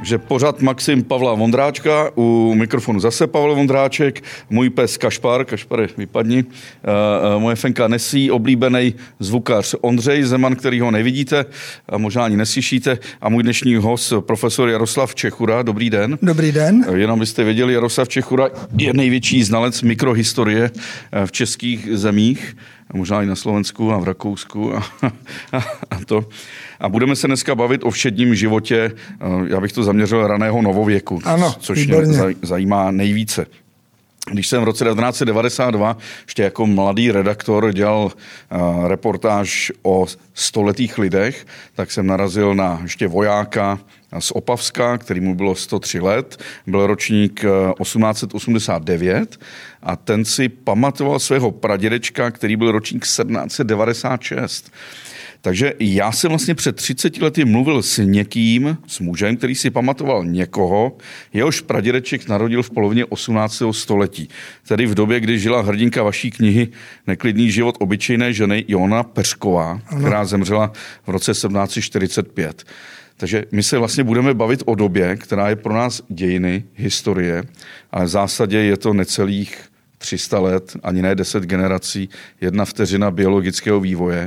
že pořad Maxim Pavla Vondráčka, u mikrofonu zase Pavel Vondráček, můj pes Kašpar, vypadni, moje fenka Nesí, oblíbený zvukař Ondřej Zeman, který ho nevidíte a možná ani neslyšíte, a můj dnešní host, profesor Jaroslav Čechura. Dobrý den. Dobrý den. Jenom byste věděli, Jaroslav Čechura je největší znalec mikrohistorie v českých zemích, možná i na Slovensku a v Rakousku a to. A budeme se dneska bavit o všedním životě, já bych to zaměřil raného novověku, ano, což mě zajímá nejvíce. Když jsem v roce 1992 ještě jako mladý redaktor dělal reportáž o stoletých lidech, tak jsem narazil na ještě vojáka z Opavska, kterému bylo 103 let, byl ročník 1889 a ten si pamatoval svého pradědečka, který byl ročník 1796. Takže já jsem vlastně před 30 lety mluvil s někým, s mužem, který si pamatoval někoho, jehož pradědeček narodil v polovině 18. století. Tedy v době, kdy žila hrdinka vaší knihy Neklidný život obyčejné ženy Jona Peřková, která zemřela v roce 1745. Takže my se vlastně budeme bavit o době, která je pro nás dějiny, historie, ale v zásadě je to necelých 300 let, ani ne 10 generací, 1 vteřina biologického vývoje.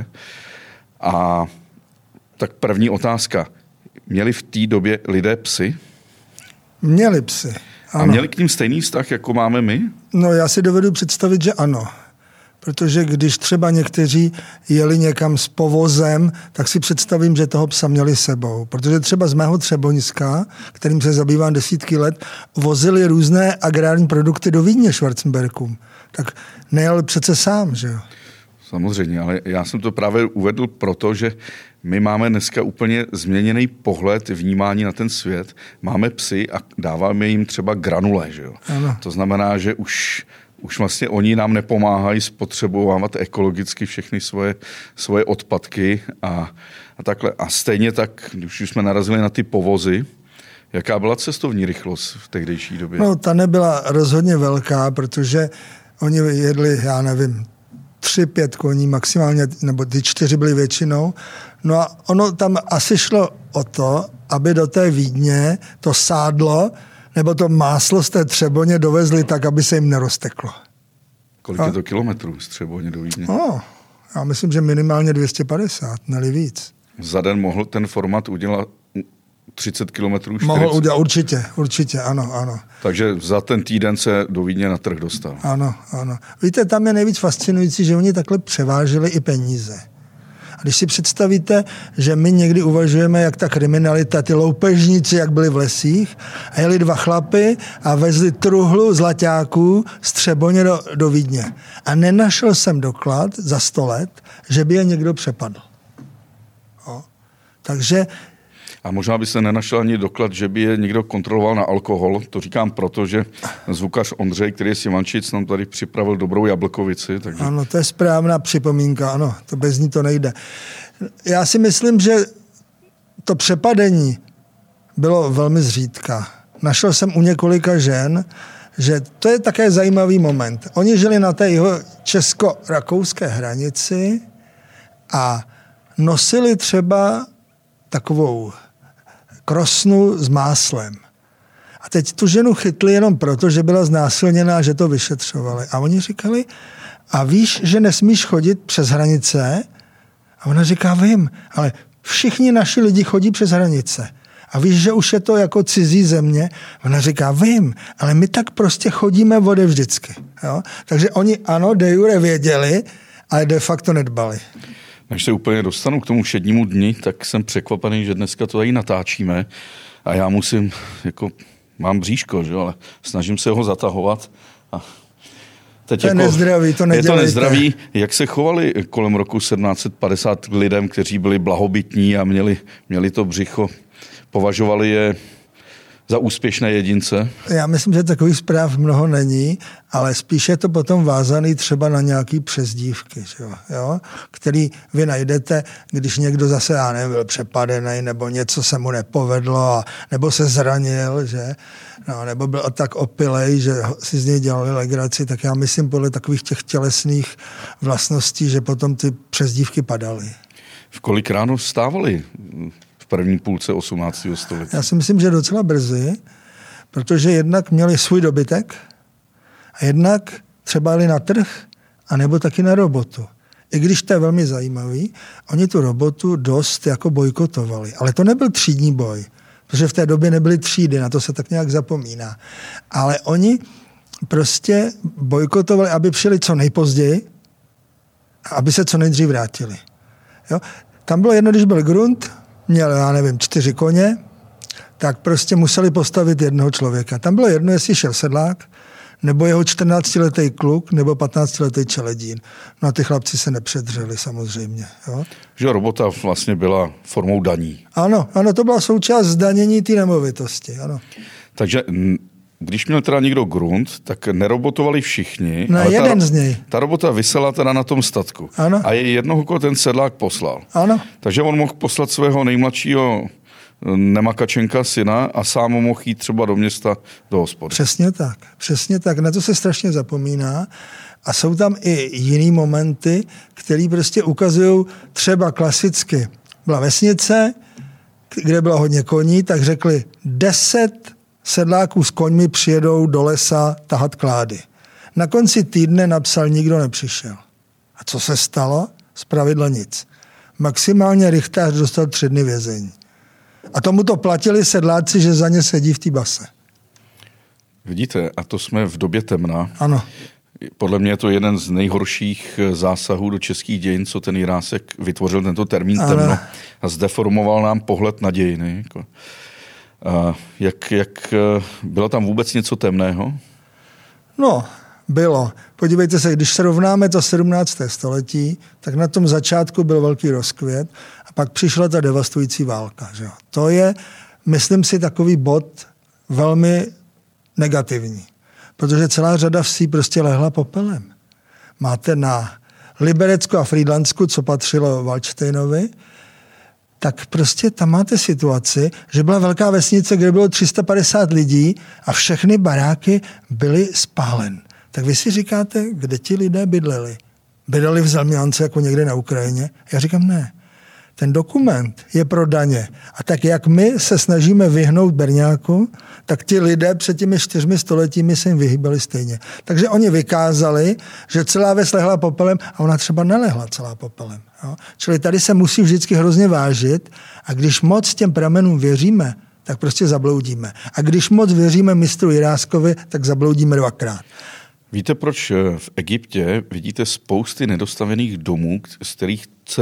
A tak první otázka. Měli v té době lidé psy? Měli psy, ano. A měli k ním stejný vztah, jako máme my? No já si dovedu představit, že ano. Protože když třeba někteří jeli někam s povozem, tak si představím, že toho psa měli sebou. Protože třeba z mého Třeboňska, kterým se zabývám desítky let, vozili různé agrární produkty do Vídně Schwarzenbergům. Tak nejel přece sám, že jo? Samozřejmě, ale já jsem to právě uvedl proto, že my máme dneska úplně změněný pohled, vnímání na ten svět. Máme psy a dáváme jim třeba granule, že jo? Ano. To znamená, že už vlastně oni nám nepomáhají spotřebovávat ekologicky všechny svoje odpadky a takhle. A stejně tak, když už jsme narazili na ty povozy, jaká byla cestovní rychlost v tehdejší době? No, ta nebyla rozhodně velká, protože oni jedli, já nevím, 3-5 koní maximálně, nebo ty 4 byly většinou. No a ono tam asi šlo o to, aby do té Vídně to sádlo nebo to máslo z té Třeboně dovezli tak, aby se jim nerozteklo. Kolik je to kilometrů z Třeboně do Vídně? No, já myslím, že minimálně 250, ne víc. Za den mohl ten format udělat 30 kilometrů? Mohl udělat, určitě, ano. Takže za ten týden se do Vídně na trh dostal. Ano. Víte, tam je nejvíc fascinující, že oni takhle převáželi i peníze. A když si představíte, že my někdy uvažujeme, jak ta kriminalita, ty loupežníci, jak byli v lesích, a jeli 2 chlapy a vezli truhlu zlaťáků z Třeboně do Vídně. A nenašel jsem doklad za 100 let, že by je někdo přepadl. Takže a možná by se nenašel ani doklad, že by je někdo kontroloval na alkohol. To říkám proto, že zvukař Ondřej, který je z Ivančic, nám tady připravil dobrou jablkovici. Takže... Ano, to je správná připomínka, ano, to bez ní to nejde. Já si myslím, že to přepadení bylo velmi zřídka. Našel jsem u několika žen, že to je také zajímavý moment. Oni žili na té jeho česko-rakouské hranici a nosili třeba takovou krosnu s máslem. A teď tu ženu chytli jenom proto, že byla znásilněná, že to vyšetřovali. A oni říkali, a víš, že nesmíš chodit přes hranice? A ona říká, vím, ale všichni naši lidi chodí přes hranice. A víš, že už je to jako cizí země? Ona říká, vím, ale my tak prostě chodíme vody vždycky. Jo? Takže oni ano, de jure věděli, ale de facto nedbali. Než se úplně dostanu k tomu všednímu dni, tak jsem překvapený, že dneska to tady natáčíme a já musím, mám bříško, že? Ale snažím se ho zatahovat. A teď to je nezdravý, to nedělejte. Je to nezdravý. Jak se chovali kolem roku 1750 k lidem, kteří byli blahobytní a měli to břicho? Považovali je za úspěšné jedince? Já myslím, že takových zpráv mnoho není, ale spíše je to potom vázaný třeba na nějaký přezdívky, jo? Který vy najdete, když někdo zase, já nevím, byl přepadený, nebo něco se mu nepovedlo, nebo se zranil, že? No, nebo byl tak opilej, že si z něj dělali legraci, tak já myslím podle takových těch tělesných vlastností, že potom ty přezdívky padaly. V kolik ráno vstávali první půlce 18. století? Já si myslím, že docela brzy, protože jednak měli svůj dobytek a jednak třeba jeli na trh a nebo taky na robotu. I když to je velmi zajímavý, oni tu robotu dost jako bojkotovali. Ale to nebyl třídní boj, protože v té době nebyly třídy, na to se tak nějak zapomíná. Ale oni prostě bojkotovali, aby přijeli co nejpozději a aby se co nejdřív vrátili. Jo? Tam bylo jedno, když byl grunt, měl, já nevím, 4 koně, tak prostě museli postavit jednoho člověka. Tam bylo jedno, jestli šel sedlák, nebo jeho 14-letý kluk, nebo 15-letý čeledín. No a ty chlapci se nepředřeli samozřejmě. Jo? Že robota vlastně byla formou daní. Ano, to byla součást zdanění té nemovitosti. Ano. Takže když měl teda někdo grunt, tak nerobotovali všichni. Ne, ale jeden z něj. Ta robota visela teda na tom statku. Ano. A jednoho koho ten sedlák poslal. Ano. Takže on mohl poslat svého nejmladšího nemakačenka syna a sám mohl jít třeba do města, do hospody. Přesně tak. Na to se strašně zapomíná. A jsou tam i jiný momenty, které prostě ukazují třeba klasicky. Byla vesnice, kde bylo hodně koní, tak řekli 10 sedláků s koňmi přijedou do lesa tahat klády. Na konci týdne napsal, nikdo nepřišel. A co se stalo? Zpravidla nic. Maximálně rychtář dostal 3 dny vězení. A tomu to platili sedláci, že za ně sedí v té base. Vidíte, a to jsme v době temna. Ano. Podle mě je to jeden z nejhorších zásahů do českých dějin, co ten Jirásek vytvořil tento termín temno a zdeformoval nám pohled na dějiny. Jak bylo tam vůbec něco temného? No, bylo. Podívejte se, když srovnáme to 17. století, tak na tom začátku byl velký rozkvět a pak přišla ta devastující válka. Že? To je, myslím si, takový bod velmi negativní, protože celá řada vsí prostě lehla popelem. Máte na Liberecku a Frýdlansku, co patřilo Valdštejnovi, tak prostě tam máte situaci, že byla velká vesnice, kde bylo 350 lidí a všechny baráky byly spálen. Tak vy si říkáte, kde ti lidé bydleli? Bydleli v Zelmňance jako někde na Ukrajině? Já říkám ne. Ten dokument je pro daně. A tak jak my se snažíme vyhnout berňáku, tak ti lidé před těmi 4 stoletími se jim vyhýbali stejně. Takže oni vykázali, že celá ves lehla popelem a ona třeba nelehla celá popelem. Jo? Čili tady se musí vždycky hrozně vážit a když moc těm pramenům věříme, tak prostě zabloudíme. A když moc věříme mistru Jiráskovi, tak zabloudíme 2krát. Víte, proč v Egyptě vidíte spousty nedostavěných domů, z kterých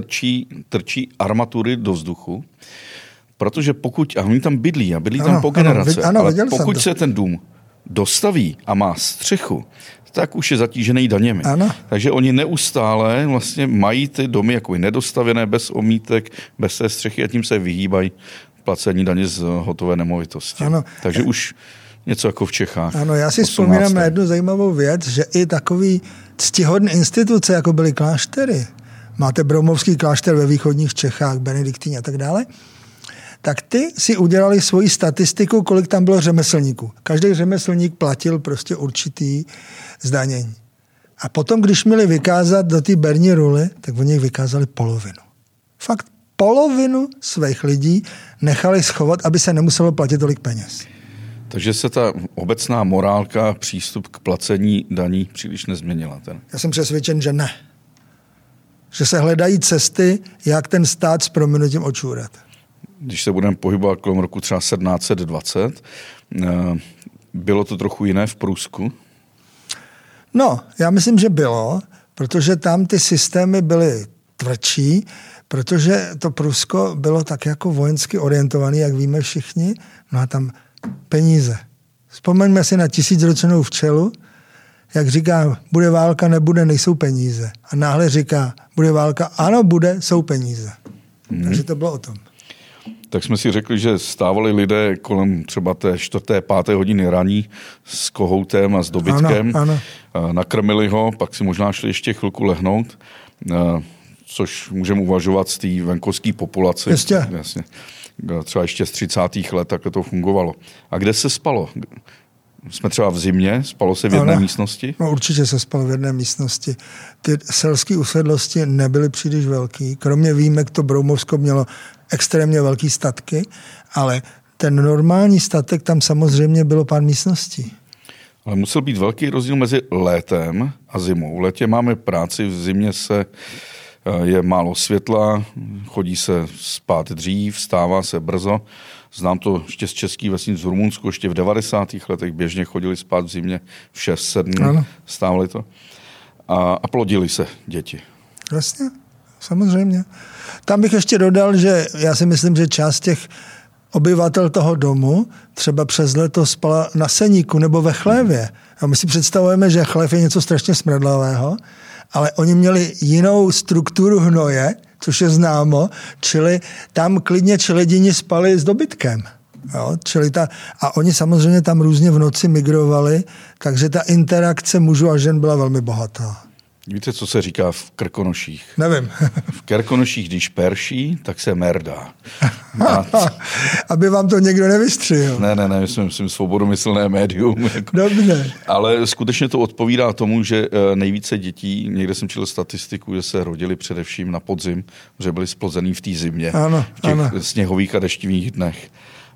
trčí armatury do vzduchu? Protože pokud, a oni tam bydlí a bydlí tam po generace, ale pokud se ten dům dostaví a má střechu, tak už je zatížený daněmi. Ano. Takže oni neustále vlastně mají ty domy jako nedostavěné, bez omítek, bez té střechy a tím se vyhýbají placení daně z hotové nemovitosti. Ano. Takže už něco jako v Čechách. Ano, já si vzpomínám na jednu zajímavou věc, že i takový ctihodné instituce, jako byly kláštery, máte Broumovský klášter ve východních Čechách, Benediktín a tak dále, tak ty si udělali svoji statistiku, kolik tam bylo řemeslníků. Každý řemeslník platil prostě určitý zdanění. A potom, když měli vykázat do té berní ruly, tak oni vykázali polovinu. Fakt polovinu svých lidí nechali schovat, aby se nemuselo platit tolik peněz. Takže se ta obecná morálka, přístup k placení daní příliš nezměnila. Já jsem přesvědčen, že ne. Že se hledají cesty, jak ten stát s prominutím očůrat. Když se budeme pohybovat kolem roku třeba 1720, bylo to trochu jiné v Prusku? No, já myslím, že bylo, protože tam ty systémy byly tvrdší, protože to Prusko bylo tak jako vojensky orientované, jak víme všichni, no a tam peníze. Vzpomeňme si na Tisícročnou včelu, jak říká, bude válka, nebude, nejsou peníze. A náhle říká, bude válka, ano, bude, jsou peníze. Takže to bylo o tom. Tak jsme si řekli, že stávali lidé kolem třeba té 4., 5. hodiny raní s kohoutem a s dobytkem. Ano. Nakrmili ho, pak si možná šli ještě chvilku lehnout, což můžeme uvažovat z té venkovské populace. Jasně. Třeba ještě z 30. let takhle to fungovalo. A kde se spalo? jsme třeba v zimě, spalo se v jedné místnosti? No určitě se spalo v jedné místnosti. Ty selské usedlosti nebyly příliš velký. Kromě výjimek to Broumovsko mělo extrémně velký statky, ale ten normální statek, tam samozřejmě bylo pár místností. Ale musel být velký rozdíl mezi létem a zimou. V létě máme práci, v zimě je málo světla, chodí se spát dřív, vstává se brzo. Znám to ještě z českých vesnic v Rumunsku, ještě v 90. letech běžně chodili spát v zimě v 6-7, stávali to. A plodili se děti. Vlastně, samozřejmě. Tam bych ještě dodal, že já si myslím, že část těch obyvatel toho domu třeba přes léto spala na seníku nebo ve chlévě. A my si představujeme, že chlév je něco strašně smradlavého, ale oni měli jinou strukturu hnoje, což je známo, čili tam klidně čeledini spali s dobytkem. Jo? A oni samozřejmě tam různě v noci migrovali, takže ta interakce mužů a žen byla velmi bohatá. Víte, co se říká v Krkonoších? Nevím. V Krkonoších, když perší, tak se merdá. Aby vám to někdo nevystřihl. Ne, myslím svobodomyslné médium. Dobře. Ale skutečně to odpovídá tomu, že nejvíce dětí, někde jsem četl statistiku, že se rodili především na podzim, že byli splozený v té zimě, v těch sněhových a deštivých dnech.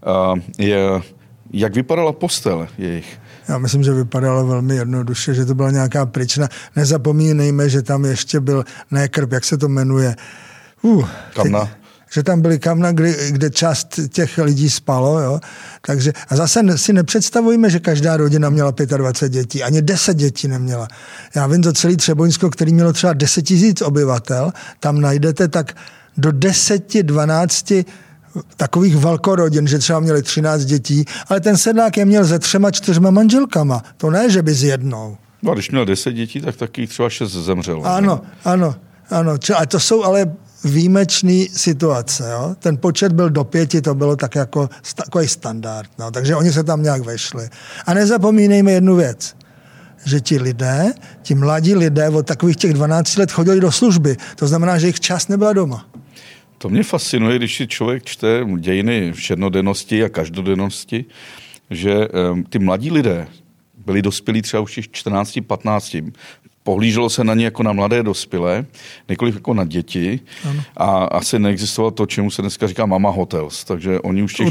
Jak vypadala postel jejich? Já myslím, že vypadalo velmi jednoduše, že to byla nějaká pryčna. Nezapomínejme, že tam ještě byl krb, jak se to jmenuje. Kamna. Že tam byly kamna, kde část těch lidí spalo. Jo? Takže, a zase si nepředstavujeme, že každá rodina měla 25 dětí. Ani 10 dětí neměla. Já vím, to celé Třeboňsko, který mělo třeba 10 000 obyvatel, tam najdete tak do 10-12 takových velkorodin, že třeba měli 13 dětí, ale ten sedlák je měl se 3-4 manželkama. To ne, že by s jednou. No a když měl 10 dětí, tak taky třeba 6 zemřelo. Ano. A to jsou ale výjimečné situace. Jo? Ten počet byl do 5, to bylo tak jako takový standard. No? Takže oni se tam nějak vešli. A nezapomínejme jednu věc, že ti mladí lidé od takových těch 12 let chodili do služby. To znamená, že jejich čas nebyla doma. To mě fascinuje, když si člověk čte dějiny všednodennosti a každodennosti, že ty mladí lidé byli dospělí třeba už 14-15. Pohlíželo se na ně jako na mladé dospělé, nikoliv jako na děti. Ano. A asi neexistovalo to, čemu se dneska říká mama hotels. Takže oni už těch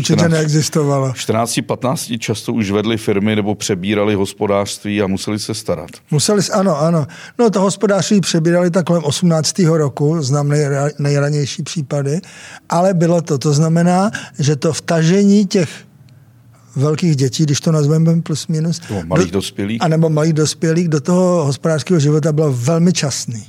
14-15 často už vedli firmy nebo přebírali hospodářství a museli se starat. Ano. No to hospodářství přebírali tak kolem 18. roku, znám nejranější případy, ale bylo to. To znamená, že to vtažení těch velkých dětí, když to nazveme plus minus. Malých dospělých. A nebo malých dospělých do toho hospodářského života bylo velmi časný.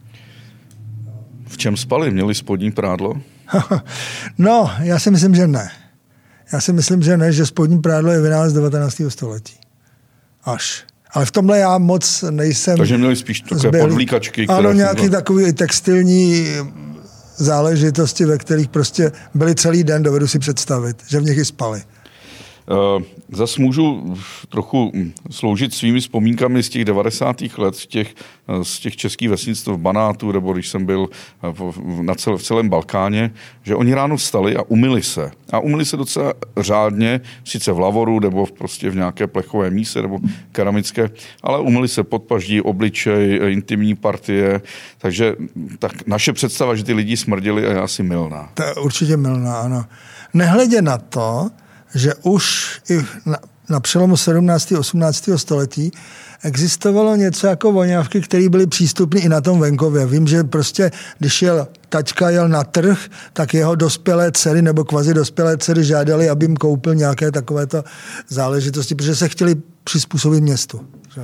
V čem spali? Měli spodní prádlo? No, já si myslím, že ne. Že spodní prádlo je vynález 19. století. Až. Ale v tomhle já moc nejsem. Takže měli spíš takové podvlíkačky. Ano, nějaký takový textilní záležitosti, ve kterých prostě byli celý den, dovedu si představit, že v nich i spali. Zas můžu trochu sloužit svými vzpomínkami z těch 90. let, z těch českých vesnic v Banátu, nebo když jsem byl v celém Balkáně, že oni ráno vstali a umyli se. A umyli se docela řádně, sice v lavoru, nebo prostě v nějaké plechové míse, nebo keramické, ale umyli se podpaždí, obličej, intimní partie. Takže tak naše představa, že ty lidi smrdili, je asi mylná. To je určitě mylná, ano. Nehledě na to, že už i na přelomu 17. a 18. století existovalo něco jako voňavky, které byly přístupné i na tom venkově. Vím, že prostě, když taťka jel na trh, tak jeho dospělé dcery nebo kvazi dospělé dcery žádali, aby jim koupil nějaké takovéto záležitosti, protože se chtěli přizpůsobit městu.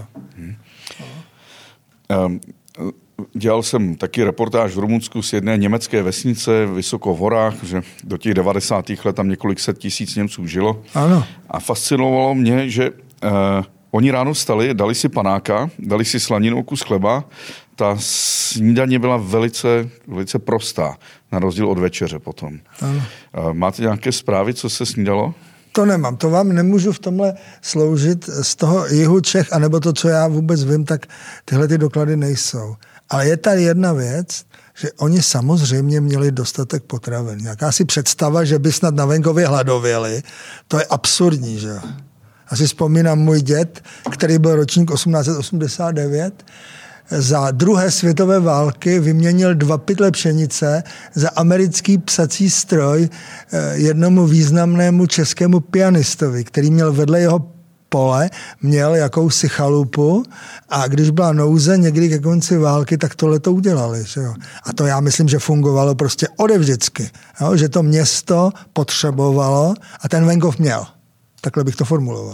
Dělal jsem taky reportáž v Rumunsku z jedné německé vesnice vysoko v horách, že do těch 90. let tam několik set tisíc Němců žilo. Ano. A fascinovalo mě, že oni ráno vstali, dali si panáka, dali si slaninu, kus chleba. Ta snídaně byla velice, velice prostá, na rozdíl od večeře potom. Ano. Máte nějaké zprávy, co se snídalo? To nemám, to vám nemůžu v tomhle sloužit z toho jihu Čech, anebo to, co já vůbec vím, tak tyhle ty doklady nejsou. Ale je tady jedna věc, že oni samozřejmě měli dostatek potravin. Jaká si představa, že by snad na venkově hladověli, to je absurdní, že jo. Asi vzpomínám můj děd, který byl ročník 1889, za druhé světové války vyměnil 2 pytle pšenice za americký psací stroj jednomu významnému českému pianistovi, který měl vedle jeho pole, měl jakousi chalupu a když byla nouze někdy ke konci války, tak tohle to udělali. Že jo? A to já myslím, že fungovalo prostě odevždycky. Jo? Že to město potřebovalo a ten venkov měl. Takhle bych to formuloval.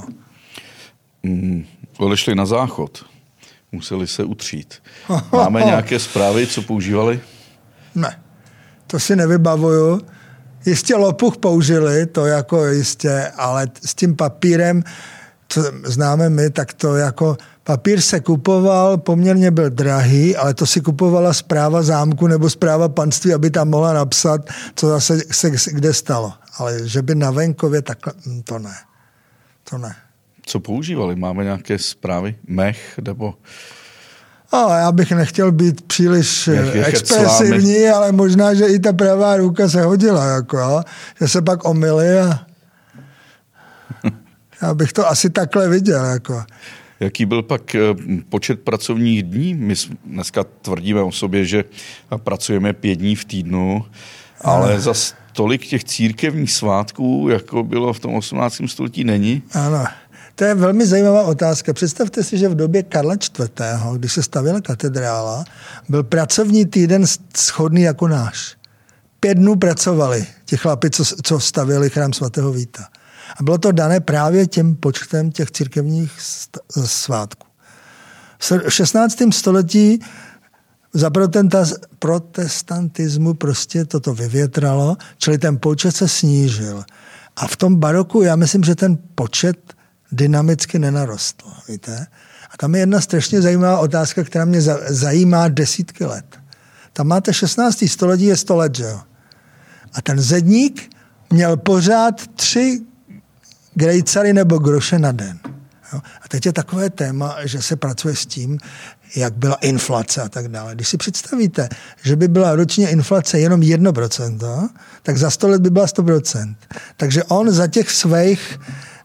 Odešli na záchod. Museli se utřít. Máme nějaké zprávy, co používali? Ne, to si nevybavuju. Jistě lopuch použili, to jako jistě, ale s tím papírem, co známe my, tak to jako papír se kupoval, poměrně byl drahý, ale to si kupovala správa zámku nebo správa panství, aby tam mohla napsat, co zase se kde stalo. Ale že by na venkově takhle, to ne. To ne. Co používali? Máme nějaké zprávy? Mech nebo... Já bych nechtěl být příliš expresivní, ale možná, že i ta pravá ruka se hodila, jako, že se pak omyli a já bych to asi takhle viděl. Jako. Jaký byl pak počet pracovních dní? My dneska tvrdíme o sobě, že pracujeme 5 dní v týdnu, ale za tolik těch církevních svátků, jako bylo v tom 18. století, není? Ano. To je velmi zajímavá otázka. Představte si, že v době Karla IV., když se stavěla katedrála, byl pracovní týden shodný jako náš. 5 dnů pracovali ti chlapi, co stavěli chrám svatého Víta. A bylo to dané právě tím počtem těch církevních svátků. V 16. století za protestantismu prostě toto vyvětralo, čili ten počet se snížil. A v tom baroku já myslím, že ten počet dynamicky nenarostl. Víte? A tam je jedna strašně zajímavá otázka, která mě zajímá desítky let. Tam máte 16. století, je 100 let, že jo? A ten zedník měl pořád 3 grejcary nebo groše na den. Jo? A teď je takové téma, že se pracuje s tím, jak byla inflace a tak dále. Když si představíte, že by byla ročně inflace jenom 1%, tak za 100 let by byla 100%. Takže on za těch svých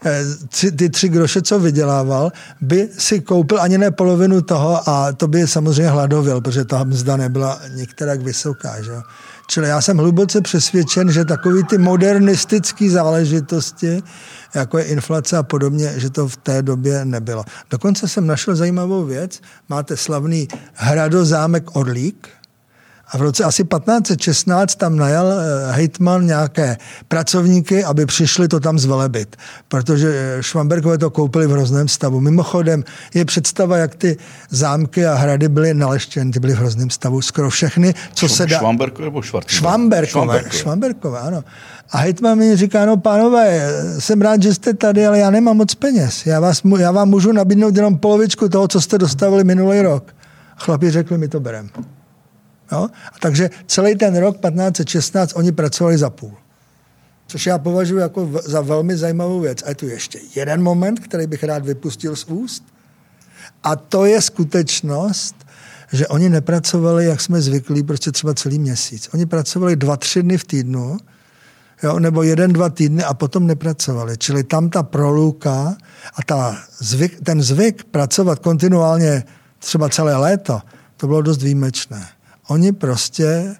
ty 3 groše, co vydělával, by si koupil ani ne polovinu toho a to by samozřejmě hladověl, protože ta mzda nebyla některak vysoká. Že? Čili já jsem hluboce přesvědčen, že takový ty modernistické záležitosti, jako je inflace a podobně, že to v té době nebylo. Dokonce jsem našel zajímavou věc. Máte slavný hradozámek Orlík, a v roce asi 1516 tam najal hejtman nějaké pracovníky, aby přišli to tam zvelebit. Protože Švamberkové to koupili v hrozném stavu. Mimochodem je představa, jak ty zámky a hrady byly naleštěny. Ty byly v hrozném stavu. Skoro všechny, co se dá... Švamberkové nebo Švartenberg? Švamberkové, ano. A hejtman mi říká, no pánové, jsem rád, že jste tady, ale já nemám moc peněz. Já vám můžu nabídnout jenom polovičku toho, co jste dostavili minulý rok. Chlapi řekli, my to bereme. No? A takže celý ten rok 1516 oni pracovali za půl. Což já považuji jako za velmi zajímavou věc. A je tu ještě jeden moment, který bych rád vypustil z úst. A to je skutečnost, že oni nepracovali, jak jsme zvyklí, prostě třeba celý měsíc. Oni pracovali 2-3 dny v týdnu, jo? Nebo 1-2 týdny a potom nepracovali. Čili tam ta proluka a ten zvyk pracovat kontinuálně třeba celé léto, to bylo dost výjimečné. Oni prostě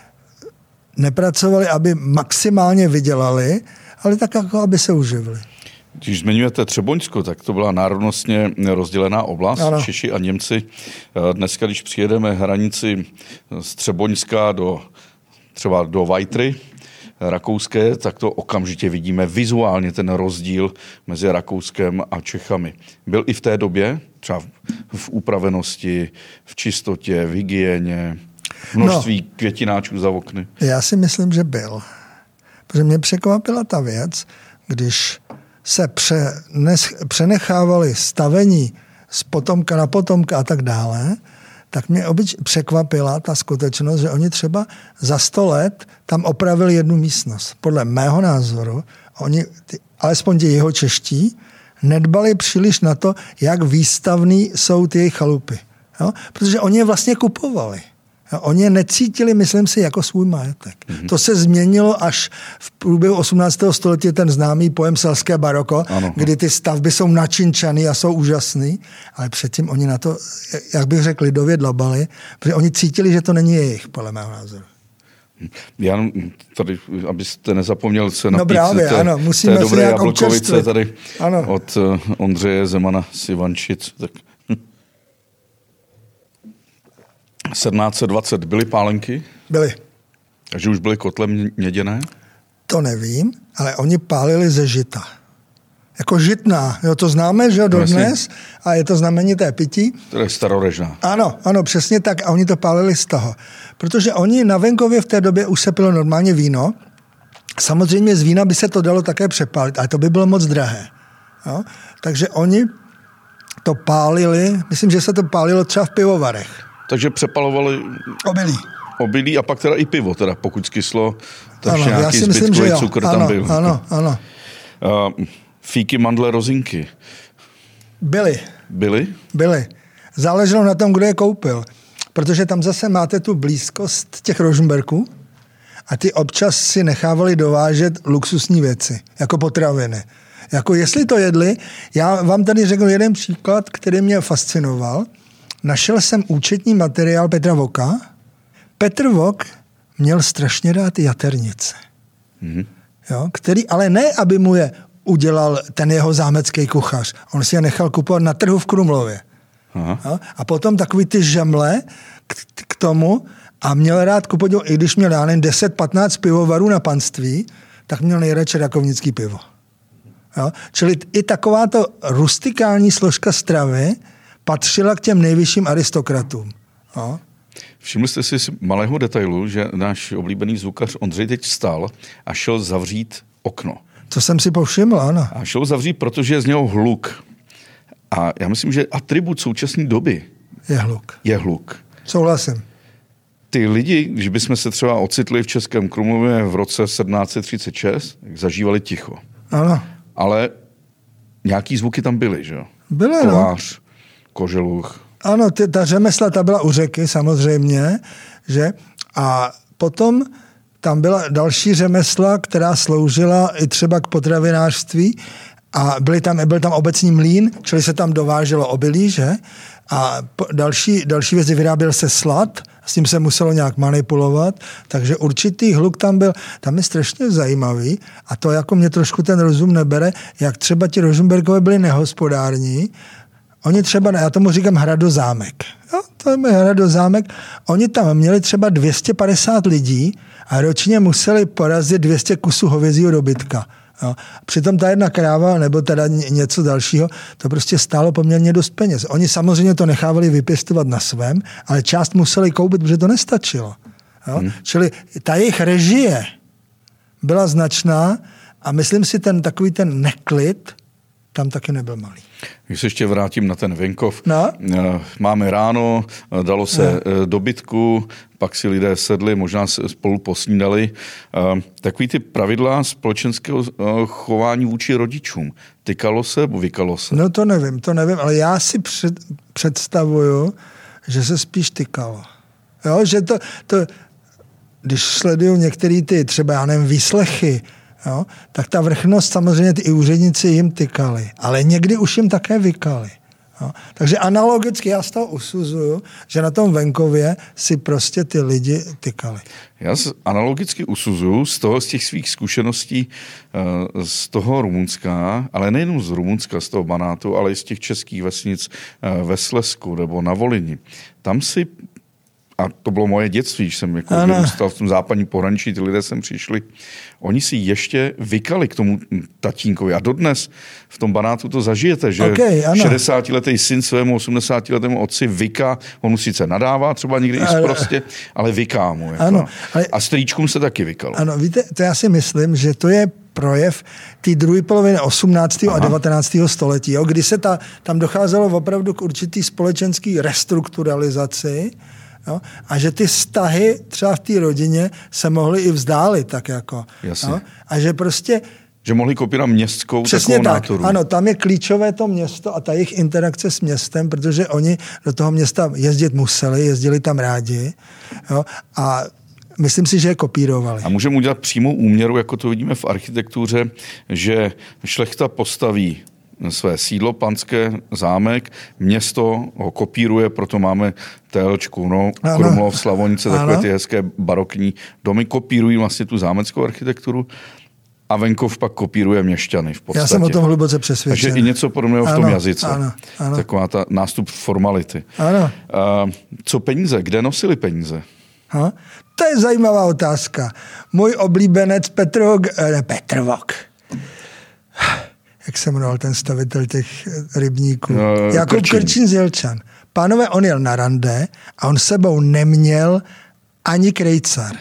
nepracovali, aby maximálně vydělali, ale tak jako, aby se uživili. Když zmiňujete Třeboňsko, tak to byla národnostně rozdělená oblast, ano. Češi a Němci. Dneska, když přijedeme hranici z Třeboňska třeba do Vajtry, rakouské, tak to okamžitě vidíme vizuálně ten rozdíl mezi Rakouskem a Čechami. Byl i v té době, třeba v upravenosti, v čistotě, v hygieně, množství květináčů za okny? Já si myslím, že byl. Protože mě překvapila ta věc, když se přenechávali stavení z potomka na potomka a tak dále, tak mě překvapila ta skutečnost, že oni třeba za 100 let tam opravili jednu místnost. Podle mého názoru, oni, alespoň ti jihočeští, nedbali příliš na to, jak výstavný jsou ty jejich chalupy. Jo? Protože oni je vlastně kupovali. Oni je necítili, myslím si, jako svůj majetek. To se změnilo až v průběhu 18. století, ten známý pojem selské baroko, kdy ty stavby jsou načinčaný a jsou úžasný, ale předtím oni na to, jak bych řekl, lidově dlabali, protože oni cítili, že to není jejich, podle mého názoru. Já tady, abyste nezapomněl se napít právě, musíme té dobré nějak jablkovice tady od Ondřeje Zemana z Ivančic. Tak. 1720 byly pálenky? Byly. Takže už byly kotle měděné? To nevím, ale oni pálili ze žita. Jako žitná, jo, to známe, že jo, dodnes, a je to znamenité pití. To je starorežná. Ano, přesně tak, a oni to pálili z toho. Protože oni na venkově v té době už se pilo normálně víno. Samozřejmě z vína by se to dalo také přepálit, ale to by bylo moc drahé. Jo? Takže oni to pálili, myslím, že se to pálilo třeba v pivovarech. Takže přepalovali obilí a pak teda i pivo, teda pokud skyslo, takže nějaký zbytkový cukr tam byl. Ano. Fíky, mandle, rozinky. Byly. Záleželo na tom, kdo je koupil. Protože tam zase máte tu blízkost těch Rožmberků a ty občas si nechávali dovážet luxusní věci, jako potraviny. Jako jestli to jedli, já vám tady řeknu jeden příklad, který mě fascinoval. Našel jsem účetní materiál Petra Voka. Petr Vok měl strašně rád jaternice. Jo, který ale ne, aby mu je udělal ten jeho zámecký kuchař. On si je nechal kupovat na trhu v Krumlově. Jo, a potom takový ty žemle k tomu a měl rád kupovat, i když měl 10-15 pivovarů na panství, tak měl nejradši rakovnický pivo. Jo, čili i takováto rustikální složka stravy patřila k těm nejvyšším aristokratům. Jo. Všimli jste si malého detailu, že náš oblíbený zvukař Ondřej teď vstal a šel zavřít okno. To jsem si povšiml, ano. A šel zavřít, protože je z něho hluk. A já myslím, že atribut současné doby je hluk. Souhlasím. Ty lidi, když bychom se třeba ocitli v Českém Krumlově v roce 1736, tak zažívali ticho. Ano. Ale nějaký zvuky tam byly, že jo? Byly, kolář, koželuch. Ano, ta řemesla, ta byla u řeky samozřejmě, že? A potom tam byla další řemesla, která sloužila i třeba k potravinářství a byl tam obecní mlýn, čili se tam dováželo obilí, že? A další věci, vyráběl se slad, s tím se muselo nějak manipulovat, takže určitý hluk tam byl. Tam je strašně zajímavý a to jako mě trošku ten rozum nebere, jak třeba ti Rožmberkové byli nehospodární. Oni třeba, já tomu říkám hradozámek. Jo, to je hradozámek. Oni tam měli třeba 250 lidí a ročně museli porazit 200 kusů hovězího dobytka. Jo. Přitom ta jedna kráva nebo teda něco dalšího, to prostě stálo poměrně dost peněz. Oni samozřejmě to nechávali vypěstovat na svém, ale část museli koupit, protože to nestačilo. Jo. Čili ta jejich režie byla značná a myslím si, takový ten neklid tam taky nebyl malý. Když se ještě vrátím na ten venkov. No? Máme ráno, dalo se dobytku, pak si lidé sedli, možná spolu posnídali. Takový ty pravidla společenského chování vůči rodičům. Tykalo se nebo vykalo se? No to nevím, ale já si představuju, že se spíš tykalo. Jo, že to když sleduju některé ty třeba, já nevím, výslechy, jo, tak ta vrchnost samozřejmě ty úředníci jim tykali, ale někdy už jim také vykali. Jo. Takže analogicky já z toho usuzuju, že na tom venkově si prostě ty lidi tykali. Já analogicky usuzuju z těch svých zkušeností z toho Rumunska, ale nejenom z Rumunska, z toho Banátu, ale i z těch českých vesnic ve Slezsku nebo na Volyni. Tam si, a to bylo moje dětství, když jsem jako vyrůstal v tom západním pohraničí, ty lidé sem přišli, oni si ještě vykali k tomu tatínkovi. A dodnes v tom Banátu to zažijete, že 60-letý syn svému 80-letému otci vyká, on mu sice nadává třeba někdy i sprostě, ale vyká mu. Jako. Ano, a strýčkům se taky vykalo. Ano, víte, to já si myslím, že to je projev té druhé poloviny 18. a 19. století, jo, kdy se tam docházelo opravdu k určitý společenský restrukturalizaci. Jo? A že ty vztahy třeba v té rodině se mohly i vzdálit. Tak jako, jo? A že prostě Že mohli kopírovat městskou přesně takovou tak. nátoru. Ano, tam je klíčové to město a ta jejich interakce s městem, protože oni do toho města jezdit museli, jezdili tam rádi, jo, a myslím si, že je kopírovali. A můžeme udělat přímou úměru, jako to vidíme v architektuře, že šlechta postaví své sídlo, panské zámek, město ho kopíruje, proto máme Telčku, Krumlov, Slavonice, takové ty hezké barokní domy, kopírují vlastně tu zámeckou architekturu a venkov pak kopíruje měšťany v podstatě. Já jsem o tom hluboce přesvědčen. Takže i něco podobného v tom jazyce. Ano. Taková ta nástup formality. Ano. Co peníze? Kde nosili peníze? To je zajímavá otázka. Můj oblíbenec Petrvok. Jak se jmenoval ten stavitel těch rybníků? Jakub Krčín z Jelčan. Pánové, on jel na rande a on sebou neměl ani krejcar.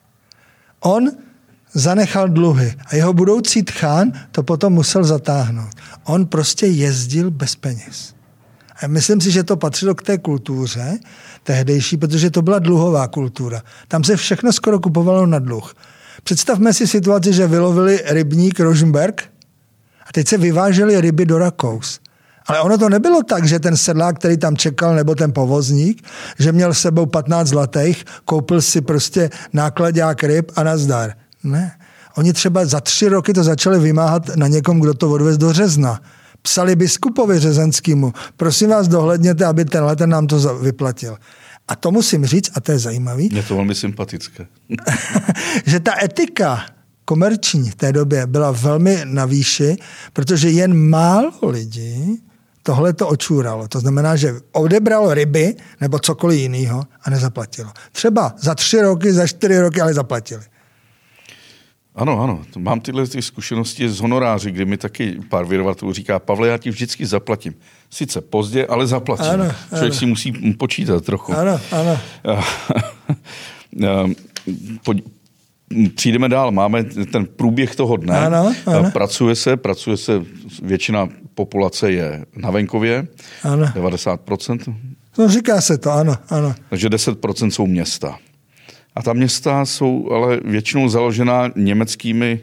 On zanechal dluhy a jeho budoucí tchán to potom musel zatáhnout. On prostě jezdil bez peněz. A myslím si, že to patřilo k té kultuře tehdejší, protože to byla dluhová kultura. Tam se všechno skoro kupovalo na dluh. Představme si situaci, že vylovili rybník Rožmberk a teď se vyvážely ryby do Rakous. Ale ono to nebylo tak, že ten sedlák, který tam čekal, nebo ten povozník, že měl s sebou 15 zlatých, koupil si prostě nákladák ryb a nazdar. Ne. Oni třeba za 3 roky to začali vymáhat na někom, kdo to odvez do Řezna. Psali biskupovi řezenskému, prosím vás, dohledněte, aby tenhle nám to vyplatil. A to musím říct, a to je zajímavý. Je to velmi sympatické. Že ta etika komerční v té době byla velmi na výši, protože jen málo lidí tohle to očůralo. To znamená, že odebralo ryby nebo cokoliv jiného a nezaplatilo. Třeba za 3 roky, za 4 roky, ale zaplatili. Ano. Mám tyhle zkušenosti z honoráři, kdy mi taky pár vydavatelů říká, Pavle, já ti vždycky zaplatím. Sice pozdě, ale zaplatím. Ano. Člověk si musí počítat trochu. Ano. Přijdeme dál, máme ten průběh toho dne. Ano. Pracuje se, většina populace je na venkově, ano. 90%. No říká se to, ano. Takže 10% jsou města. A ta města jsou ale většinou založená německými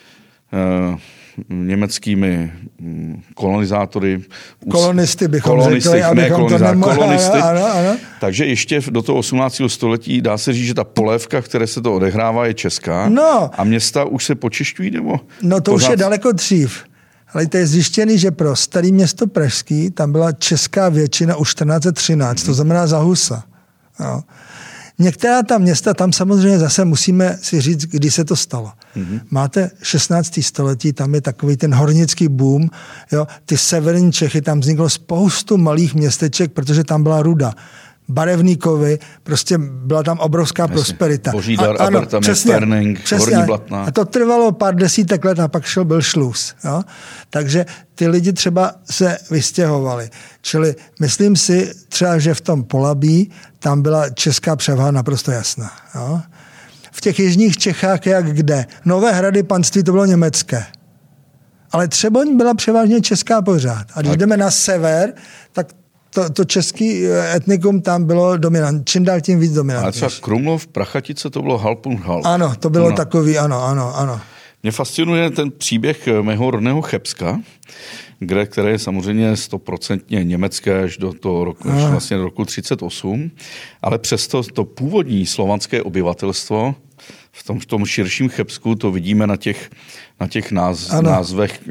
kolonizátory. Kolonisty bychom řekli, abychom to kolonisty. Ano. Takže ještě do toho 18. století dá se říct, že ta polévka, které se to odehrává, je česká. No. A města už se počešťují, nebo? No to pořád... už je daleko dřív. Ale to je zjištěný, že pro staré město pražský tam byla česká většina už 1413, to znamená za Husa. No. Některá ta města, tam samozřejmě zase musíme si říct, kdy se to stalo. Máte 16. století, tam je takový ten hornický boom, jo? Ty severní Čechy, tam vzniklo spoustu malých městeček, protože tam byla ruda. Barevný kovy, prostě byla tam obrovská prosperita. Božídar, Aberta, Mesterning, Horní Blatná. A to trvalo pár desítek let a pak byl šluz. Jo? Takže ty lidi třeba se vystěhovali. Čili myslím si třeba, že v tom Polabí tam byla česká převaha naprosto jasná. Jo? V těch jižních Čechách jak kde? Nové hrady panství to bylo německé. Ale Třeboň byla převážně česká pořád. A když jdeme na sever, tak to český etnikum tam bylo dominantní, čím dál tím víc dominantní. Ale třeba Krumlov, Prachatice, to bylo Halpunhal. Ano, to bylo takový, ano. Mě fascinuje ten příběh mého rodného Chebska, které je samozřejmě 100% německé až do toho roku, až vlastně do roku 38, ale přesto to původní slovanské obyvatelstvo v tom širším Chebsku to vidíme na těch názvech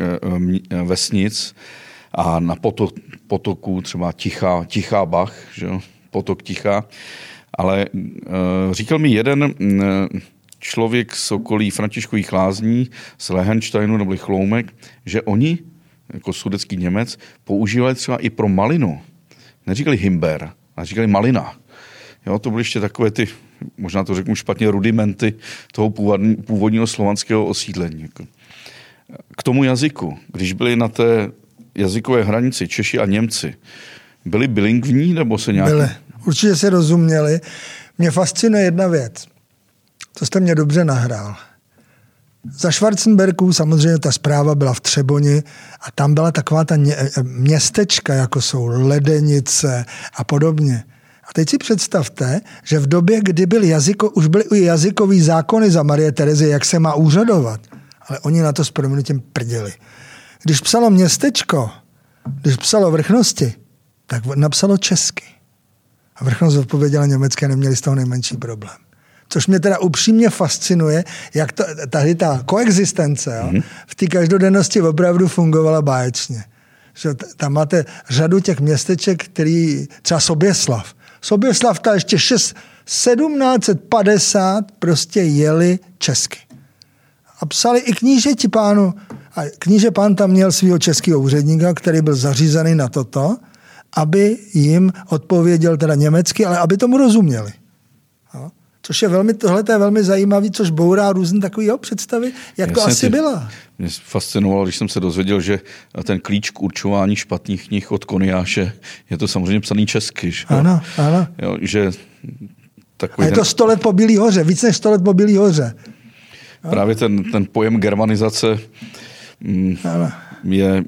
vesnic a na potoku, třeba Tichá Bach, že? Potok Tichá. Ale říkal mi jeden člověk z okolí Františkových Lázní, z Lehensteinu nebo Chloumek, že oni, jako sudetský Němec, používali třeba i pro malinu. Neříkali himber, ale říkali malina. Jo, to byly ještě takové ty, možná to řeknu špatně, rudimenty toho původního slovanského osídlení. K tomu jazyku, když byli na té jazykové hranici Češi a Němci, byli bilingvní nebo se nějak... Byli. Určitě se rozuměli. Mě fascinuje jedna věc. To jste mě dobře nahrál. Za Schwarzenbergů samozřejmě ta zpráva byla v Třeboni a tam byla taková ta městečka, jako jsou Ledenice a podobně. A teď si představte, že v době, kdy už byly i jazykový zákony za Marie Terezie, jak se má úřadovat. ale oni na to s prominutím prděli. Když psalo městečko, když psalo vrchnosti, tak napsalo česky. A vrchnost odpověděla německy a neměli z toho nejmenší problém. Což mě teda upřímně fascinuje, jak tady ta koexistence v té každodennosti opravdu fungovala báječně. Že tam máte řadu těch městeček, který třeba Soběslav ta ještě 1750 prostě jeli česky. A psali i knížeti pánu. A kníže pán tam měl svého českého úředníka, který byl zařízený na toto, aby jim odpověděl teda německy, ale aby tomu rozuměli. Což je tohle je velmi zajímavý, což bourá různé takové představy, jak to asi byla. Mě fascinovalo, když jsem se dozvěděl, že ten klíč k určování špatných knih od Koniáše je to samozřejmě psaný česky. Že? Ano, ano. Jo, že a je to 100 let po Bílý hoře, víc než 100 let po Bílý hoře. Právě ten pojem germanizace je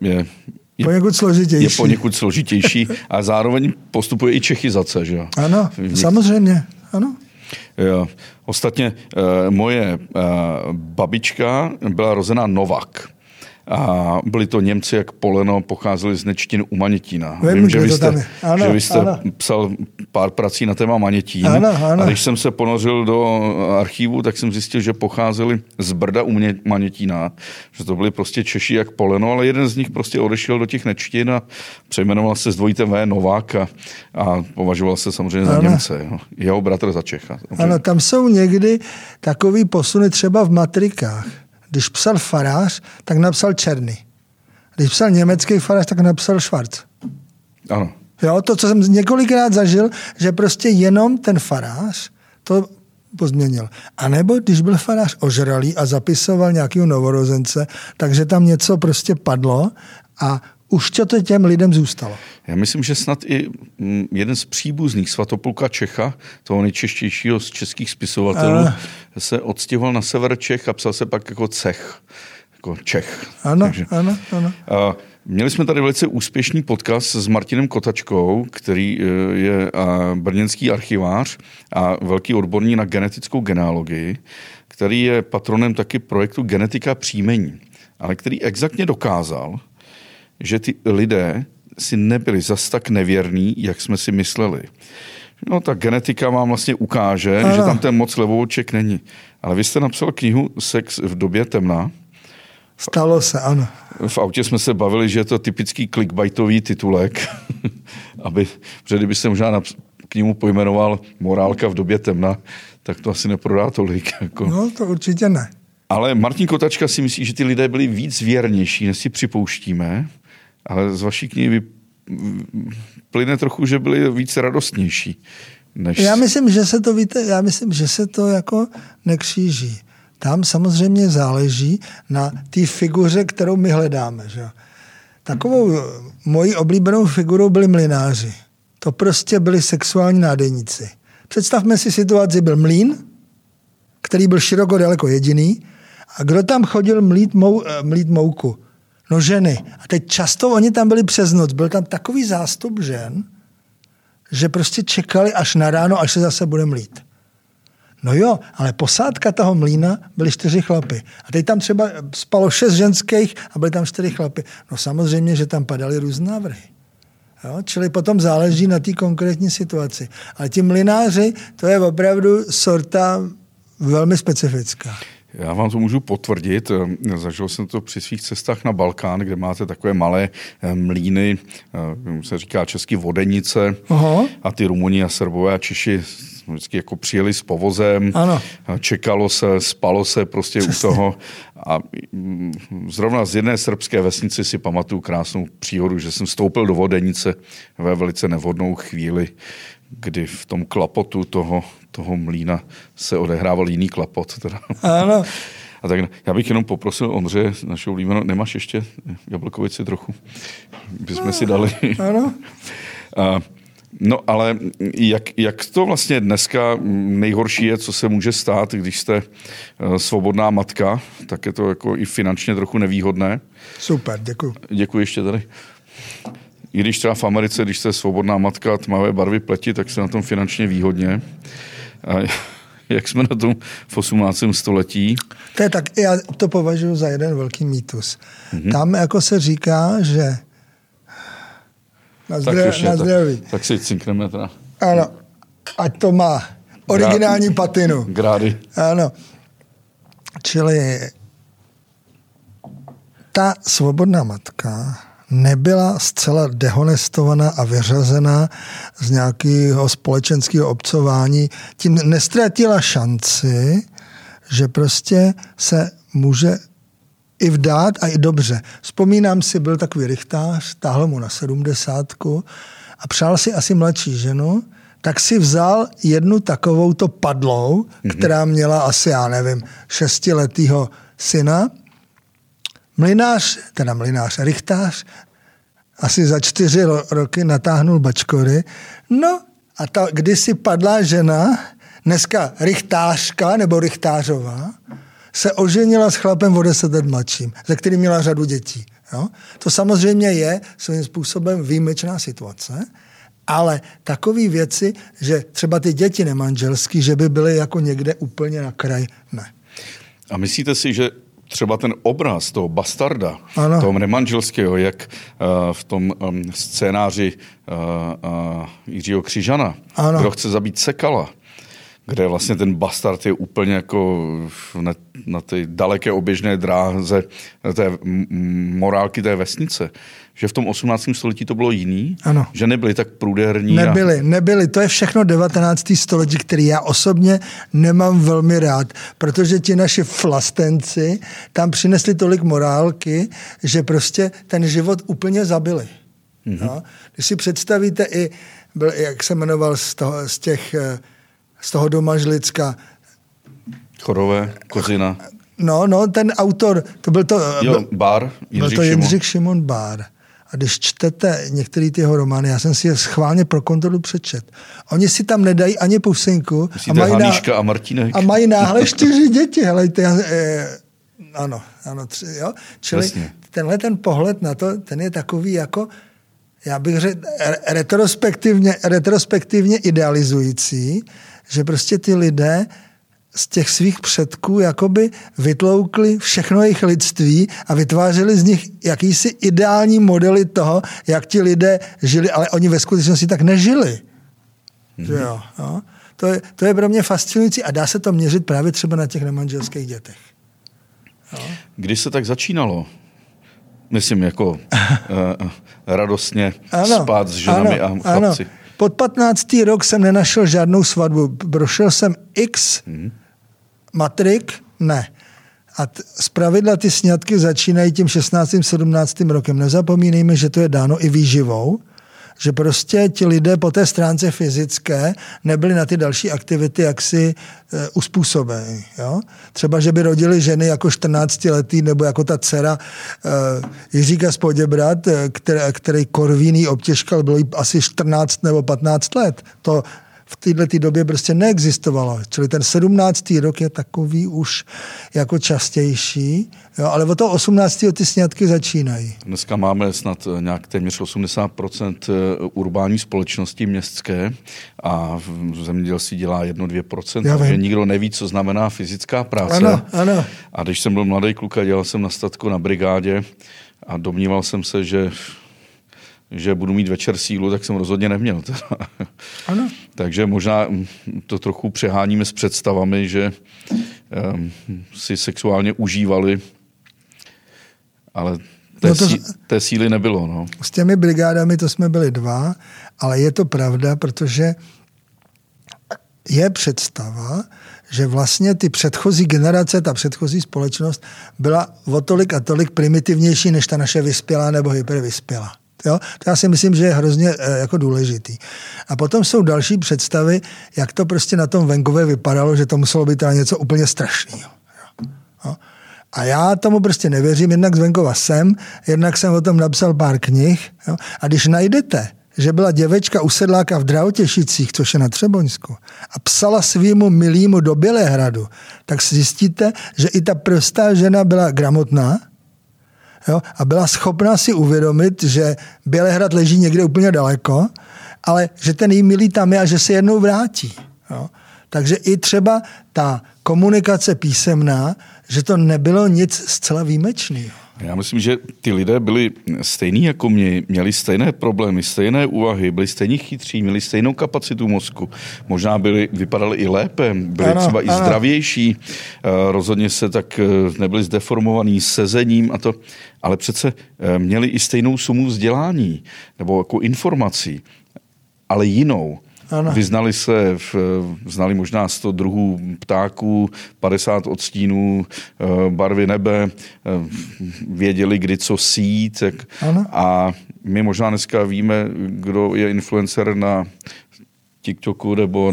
poněkud složitější a zároveň postupuje i čechizace. Že? Ano, samozřejmě, ano. Jo. Ostatně moje babička byla rozená Novak. A byli to Němci, jak poleno, pocházeli z Nečtin u Manětína. Vím, že vy jste psal pár prací na téma Manětín. A když jsem se ponořil do archivu, tak jsem zjistil, že pocházeli z Brda u Manětína. Že to byli prostě Češi jak poleno, ale jeden z nich prostě odešel do těch Nečtin a přejmenoval se s dvojitem V Novák a považoval se samozřejmě za Němce. Jo. Jeho bratr za Čecha. Ano, tam jsou někdy takový posuny třeba v matrikách. Když psal farář, tak napsal Černý. Když psal německý farář, tak napsal Schwarz. Ano. Jo, to, co jsem několikrát zažil, že prostě jenom ten farář to pozměnil. A nebo když byl farář ožralý a zapisoval nějakého novorozence, takže tam něco prostě padlo a už to těm lidem zůstalo. Já myslím, že snad i jeden z příbuzných Svatopluka Čecha, toho nejčeštějšího z českých spisovatelů, se odstěhoval na sever Čech a psal se pak jako Čech. Ano, takže, ano. Měli jsme tady velice úspěšný podcast s Martinem Kotačkou, který je brněnský archivář a velký odborník na genetickou genealogii, který je patronem taky projektu Genetika příjmení, ale který exaktně dokázal, že ty lidé si nebyli zas tak nevěrní, jak jsme si mysleli. No, ta genetika vám vlastně ukáže, že tam ten moc levouček není. Ale vy jste napsal knihu Sex v době temna. Stalo se, ano. V autě jsme se bavili, že je to typický clickbaitový titulek, protože kdyby se možná knihu pojmenoval Morálka v době temna, tak to asi neprodá tolik. Jako. No, to určitě ne. Ale Martin Kotačka si myslí, že ty lidé byli víc věrnější, než si připouštíme, ale z vaší knihy plyne trochu, že byli víc radostnější. Já myslím, že se to jako nekříží. Tam samozřejmě záleží na té figuře, kterou my hledáme. Že? Takovou mojí oblíbenou figurou byli mlynáři. To prostě byli sexuální nádejníci. Představme si situaci, byl mlýn, který byl široko daleko jediný, a kdo tam chodil mlít mouku? No ženy. A teď často oni tam byli přes noc. Byl tam takový zástup žen, že prostě čekali až na ráno, až se zase bude mlít. No jo, ale posádka toho mlýna byly 4 chlapy. A teď tam třeba spalo 6 ženských a byly tam 4 chlapy. No samozřejmě, že tam padaly různé návrhy. Jo? Čili potom záleží na té konkrétní situaci. Ale ti mlynáři, to je opravdu sorta velmi specifická. Já vám to můžu potvrdit. Zažil jsem to při svých cestách na Balkán, kde máte takové malé mlýny, se říká česky vodenice. Aha. A ty Rumuni a Srbové a Češi vždycky jako přijeli s povozem, ano. Čekalo se, spalo se prostě přesně u toho. A zrovna z jedné srbské vesnice si pamatuju krásnou příhodu, že jsem vstoupil do vodenice ve velice nevhodnou chvíli, kdy v tom klapotu toho mlýna se odehrával jiný klapot. Teda. Ano. A tak já bych jenom poprosil Ondřeje, našeho oblíbeného, nemáš ještě jablkovici trochu? Bychom si dali. Ano. No ale jak to vlastně dneska nejhorší je, co se může stát, když jste svobodná matka, tak je to jako i finančně trochu nevýhodné. Super, děkuji. Děkuji ještě tady. I když třeba v Americe, když jste svobodná matka tmavé barvy pleti, tak se na tom finančně výhodně. jak jsme na tom v 18. století. To je tak, já to považuji za jeden velký mýtus. Tam jako se říká, že na zdraví. Tak si cinkneme teda. Ano, ať to má originální patinu. Grády. Ano. Čili ta svobodná matka nebyla zcela dehonestovaná a vyřazena z nějakého společenského obcování. Tím nestratila šanci, že prostě se může i vdát a i dobře. Vzpomínám si, byl takový rychtář, táhl mu na 70 a přál si asi mladší ženu, tak si vzal jednu takovouto padlou, která měla asi, já nevím, 6letýho syna. Rychtář, asi za 4 roky natáhnul bačkory. No a ta kdysi padlá žena, dneska rychtářka nebo rychtářová, se oženila s chlapem o 10 let mladším, ze kterým měla řadu dětí. Jo? To samozřejmě je svým způsobem výjimečná situace, ale takové věci, že třeba ty děti nemanželský, že by byly jako někde úplně na kraj, ne. A myslíte si, že třeba ten obraz toho bastarda, toho nemanželského, jak v tom scénáři Jiřího Křižana, kdo chce zabít Sekala, kde vlastně ten bastard je úplně jako na té daleké oběžné dráze té morálky té vesnice. Že v tom 18. století to bylo jiný? Ano. Že nebyli tak průderní? Nebyli. To je všechno 19. století, který já osobně nemám velmi rád, protože ti naši vlastenci tam přinesli tolik morálky, že prostě ten život úplně zabili. No? Když si představíte i, jak se jmenoval z toho Domažlicka. Chorové, Kozina. No, ten autor, to byl to... Bár, Jindřich Šimon Bár. A když čtete některé ty jeho romány, já jsem si je schválně pro kontrolu přečet. Oni si tam nedají ani pusinku. Myslíte Haníška a Martínek? A mají náhle 4 děti. Helejte, ano, 3, jo. Čili jasně. Tenhle ten pohled na to, ten je takový jako, já bych řekl, retrospektivně idealizující, že prostě ty lidé z těch svých předků jakoby vytloukli všechno jejich lidství a vytvářeli z nich jakýsi ideální modely toho, jak ti lidé žili, ale oni ve skutečnosti tak nežili. Jo, no? To je pro mě fascinující a dá se to měřit právě třeba na těch nemanželských dětech. Jo? Když se tak začínalo? Myslím, jako radostně spát s ženami a chlapci. Ano. Pod 15. rok jsem nenašel žádnou svatbu. Prošel jsem x matrik, ne. A zpravidla ty sňatky začínají tím 16. 17. rokem. Nezapomínejme, že to je dáno i výživou, že prostě ti lidé po té stránce fyzické nebyli na ty další aktivity jaksi uspůsobení. Jo? Třeba, že by rodili ženy jako 14letý nebo jako ta dcera Jiříka z Poděbrad, který Korvíný obtěžkal, bylo jí asi 14 nebo 15 let. To v této době prostě neexistovalo. Čili ten 17. rok je takový už jako častější, jo, ale od toho 18. ty sňatky začínají. Dneska máme snad nějak téměř 80% urbání společnosti městské a v zemědělství dělá 1-2%, takže nikdo neví, co znamená fyzická práce. Ano. A když jsem byl mladý kluk a dělal jsem na statku na brigádě a domníval jsem se, že budu mít večer sílu, tak jsem rozhodně neměl. Ano. Takže možná to trochu přeháníme s představami, že si sexuálně užívali, ale té síly nebylo. No. S těmi brigádami to jsme byli 2, ale je to pravda, protože je představa, že vlastně ty předchozí generace, ta předchozí společnost byla o tolik a tolik primitivnější než ta naše vyspělá nebo hypervyspělá. Jo? To já si myslím, že je hrozně jako důležitý. A potom jsou další představy, jak to prostě na tom venkově vypadalo, že to muselo být něco úplně strašného. Jo? A já tomu prostě nevěřím, jednak z venkova jsem, jednak jsem o tom napsal pár knih. Jo? A když najdete, že byla děvečka u sedláka v Drahotěšicích, což je na Třeboňsku, a psala svýmu milýmu do Bělehradu, tak zjistíte, že i ta prostá žena byla gramotná, jo, a byla schopná si uvědomit, že Bělehrad leží někde úplně daleko, ale že ten jí milý tam je a že se jednou vrátí. Jo. Takže i třeba ta komunikace písemná, že to nebylo nic zcela výjimečného. Já myslím, že ty lidé byli stejní jako mě, měli stejné problémy, stejné úvahy, byli stejně chytří, měli stejnou kapacitu mozku. Možná vypadali i lépe, byli třeba i zdravější, rozhodně se tak nebyli zdeformovaní sezením a to, ale přece měli i stejnou sumu vzdělání nebo jako informací, ale jinou. Ano. Vyznali se, znali možná 100 druhů ptáků, 50 odstínů barvy nebe, věděli, kdy co sít. A my možná dneska víme, kdo je influencer na TikToku nebo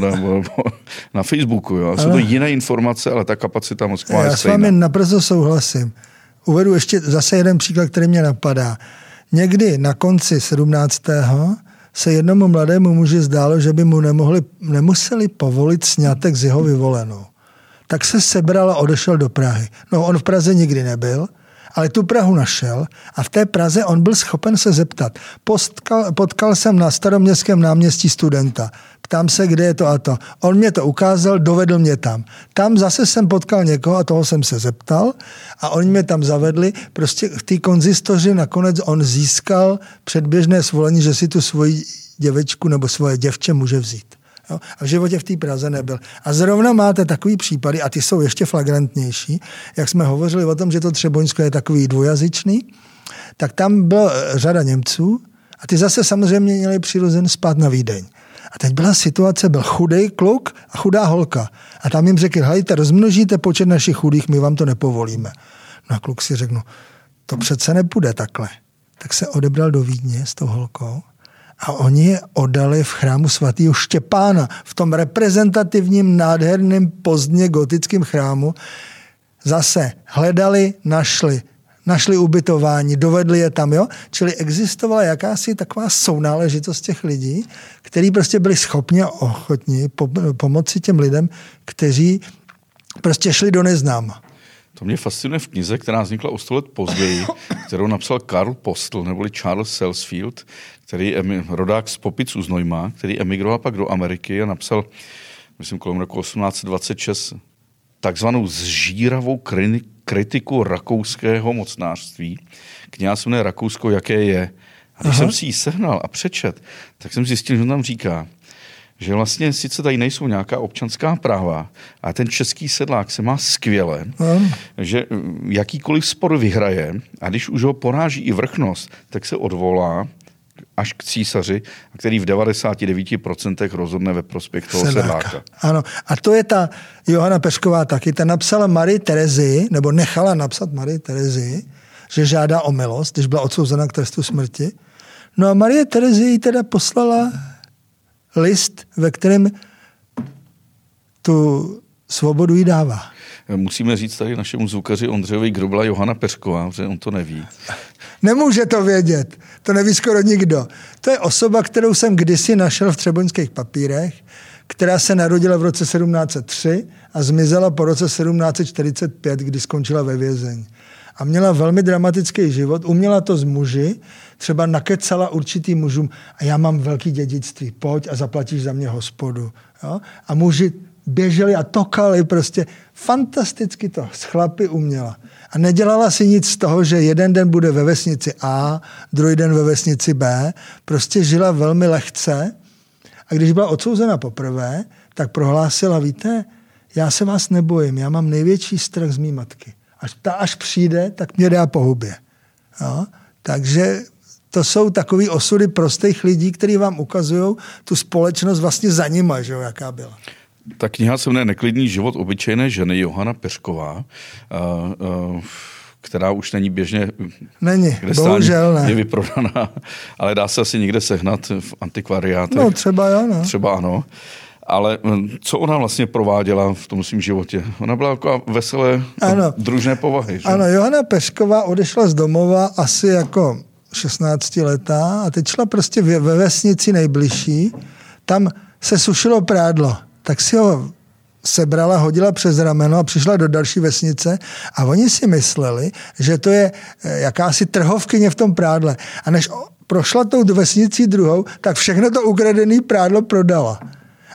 na Facebooku. Jo. Jsou to jiné informace, ale ta kapacita mozková je stejná. Já s vámi naprosto souhlasím. Uvedu ještě zase jeden příklad, který mě napadá. Někdy na konci 17. se jednomu mladému muži zdálo, že by mu nemuseli povolit sňatek s jeho vyvolenou. Tak se sebral a odešel do Prahy. No, on v Praze nikdy nebyl, ale tu Prahu našel a v té Praze on byl schopen se zeptat. Potkal jsem na Staroměstském náměstí studenta. Ptám se, kde je to a to. On mě to ukázal, dovedl mě tam. Tam zase jsem potkal někoho a toho jsem se zeptal a oni mě tam zavedli. Prostě v té konzistoři nakonec on získal předběžné svolení, že si tu svoji děvečku nebo svoje děvče může vzít. Jo? A v životě v té Praze nebyl. A zrovna máte takový případy, a ty jsou ještě flagrantnější, jak jsme hovořili o tom, že to Třeboňsko je takový dvojazyčný, tak tam byla řada Němců a ty zase samozřejmě měli přirozen spát na Vídeň. A teď byla situace, byl chudej kluk a chudá holka. A tam jim řekli, hejte, rozmnožíte počet našich chudých, my vám to nepovolíme. No a kluk si řekl, to přece nepůjde takhle. Tak se odebral do Vídně s tou holkou a oni je oddali v chrámu svatého Štěpána, v tom reprezentativním, nádherném, pozdně gotickém chrámu. Zase hledali, našli ubytování, dovedli je tam, jo? Čili existovala jakási taková sounáležitost těch lidí, kteří prostě byli schopni a ochotní pomoci těm lidem, kteří prostě šli do neznáma. To mě fascinuje v knize, která vznikla o 100 let později, kterou napsal Karl Postl, neboli Charles Selsfield, který rodák z Popic u Znojma, který emigroval pak do Ameriky a napsal, myslím, kolem roku 1826 takzvanou zžíravou kritiku rakouského mocnářství. Kniha se jmenuje Rakousko, jaké je. A když jsem si ji sehnal a přečet, tak jsem zjistil, že on tam říká, že vlastně sice tady nejsou nějaká občanská práva, a ten český sedlák se má skvěle, že jakýkoliv spor vyhraje a když už ho poráží i vrchnost, tak se odvolá až k císaři, který v 99% rozhodne ve prospěch toho sedláka. Ano, a to je ta Johana Pešková taky. Ta napsala Marii Terezii, nebo nechala napsat Marii Terezii, že žádá o milost, když byla odsouzena k trestu smrti. No a Marie Terezii teda poslala list, ve kterém tu svobodu jí dává. Musíme říct tady našemu zvukaři Ondřejovi, kdo byla Johana Pešková, protože on to neví. Nemůže to vědět. To neví skoro nikdo. To je osoba, kterou jsem kdysi našel v třeboňských papírech, která se narodila v roce 1703 a zmizela po roce 1745, kdy skončila ve vězení. A měla velmi dramatický život, uměla to z muži, třeba nakecala určitý mužům a já mám velký dědictví, pojď a zaplatíš za mě hospodu. Jo? A muži běželi a tokali, prostě fantasticky to s chlapy uměla. A nedělala si nic z toho, že jeden den bude ve vesnici A, druhý den ve vesnici B, prostě žila velmi lehce a když byla odsouzena poprvé, tak prohlásila, víte, já se vás nebojím, já mám největší strach z mý matky. Až přijde, tak mě dá po hubě. Jo? Takže to jsou takový osudy prostých lidí, kteří vám ukazují tu společnost vlastně za nima, že jo, jaká byla. Ta kniha se jmenuje Neklidný život obyčejné ženy Johana Pešková, která už není běžně bohužel ne. Je vyprodaná, ale dá se asi někde sehnat v antikvariátech. No třeba jo, no. Třeba ano. Ale co ona vlastně prováděla v tom svém životě? Ona byla jako veselé družné povahy. Že? Ano, Johana Pešková odešla z domova asi jako 16letá a teď šla prostě ve vesnici nejbližší. Tam se sušilo prádlo. Tak si ho sebrala, hodila přes rameno a přišla do další vesnice a oni si mysleli, že to je jakási trhovkyně v tom prádle. A než prošla tou vesnicí druhou, tak všechno to ukradené prádlo prodala.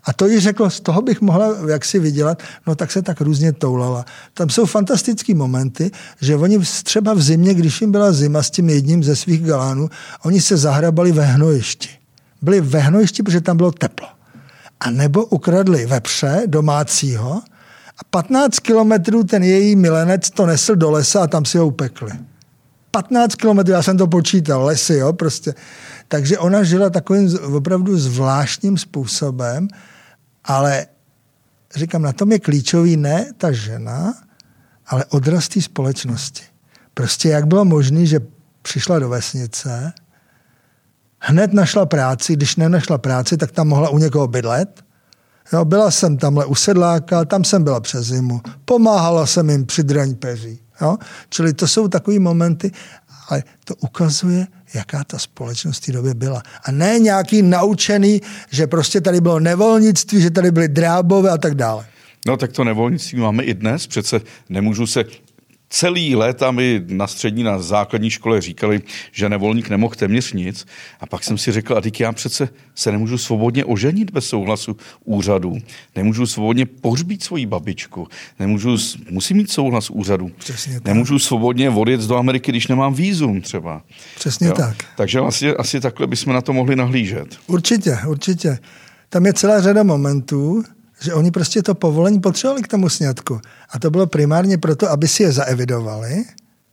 A to jí řeklo, z toho bych mohla jaksi vydělat, no tak se tak různě toulala. Tam jsou fantastický momenty, že oni třeba v zimě, když jim byla zima s tím jedním ze svých galánů, oni se zahrabali ve hnojišti. Byli ve hnojišti, protože tam bylo teplo. A nebo ukradli vepře domácího a 15 kilometrů ten její milenec to nesl do lesa a tam si ho upekli. 15 kilometrů, já jsem to počítal, lesy, jo, prostě. Takže ona žila takovým opravdu zvláštním způsobem, ale říkám, na tom je klíčový ne ta žena, ale odraz té společnosti. Prostě jak bylo možné, že přišla do vesnice, hned našla práci, když nenašla práci, tak tam mohla u někoho bydlet. Jo, byla jsem tamhle u sedláka, tam jsem byla přes zimu. Pomáhala jsem jim při draní peří. Jo? Čili to jsou takový momenty, ale to ukazuje, jaká ta společnost v té době byla. A ne nějaký naučený, že prostě tady bylo nevolnictví, že tady byly drábové a tak dále. No tak to nevolnictví máme i dnes. Přece nemůžu se... Celý léta mi na střední, na základní škole říkali, že nevolník nemohl téměř nic. A pak jsem si řekl, a teď já přece se nemůžu svobodně oženit bez souhlasu úřadu. Nemůžu svobodně pohřbít svoji babičku. Musím mít souhlas úřadu. Nemůžu svobodně odjet do Ameriky, když nemám vízum třeba. Přesně tak. Takže asi takhle bychom na to mohli nahlížet. Určitě. Tam je celá řada momentů, že oni prostě to povolení potřebovali k tomu sňatku. A to bylo primárně proto, aby si je zaevidovali,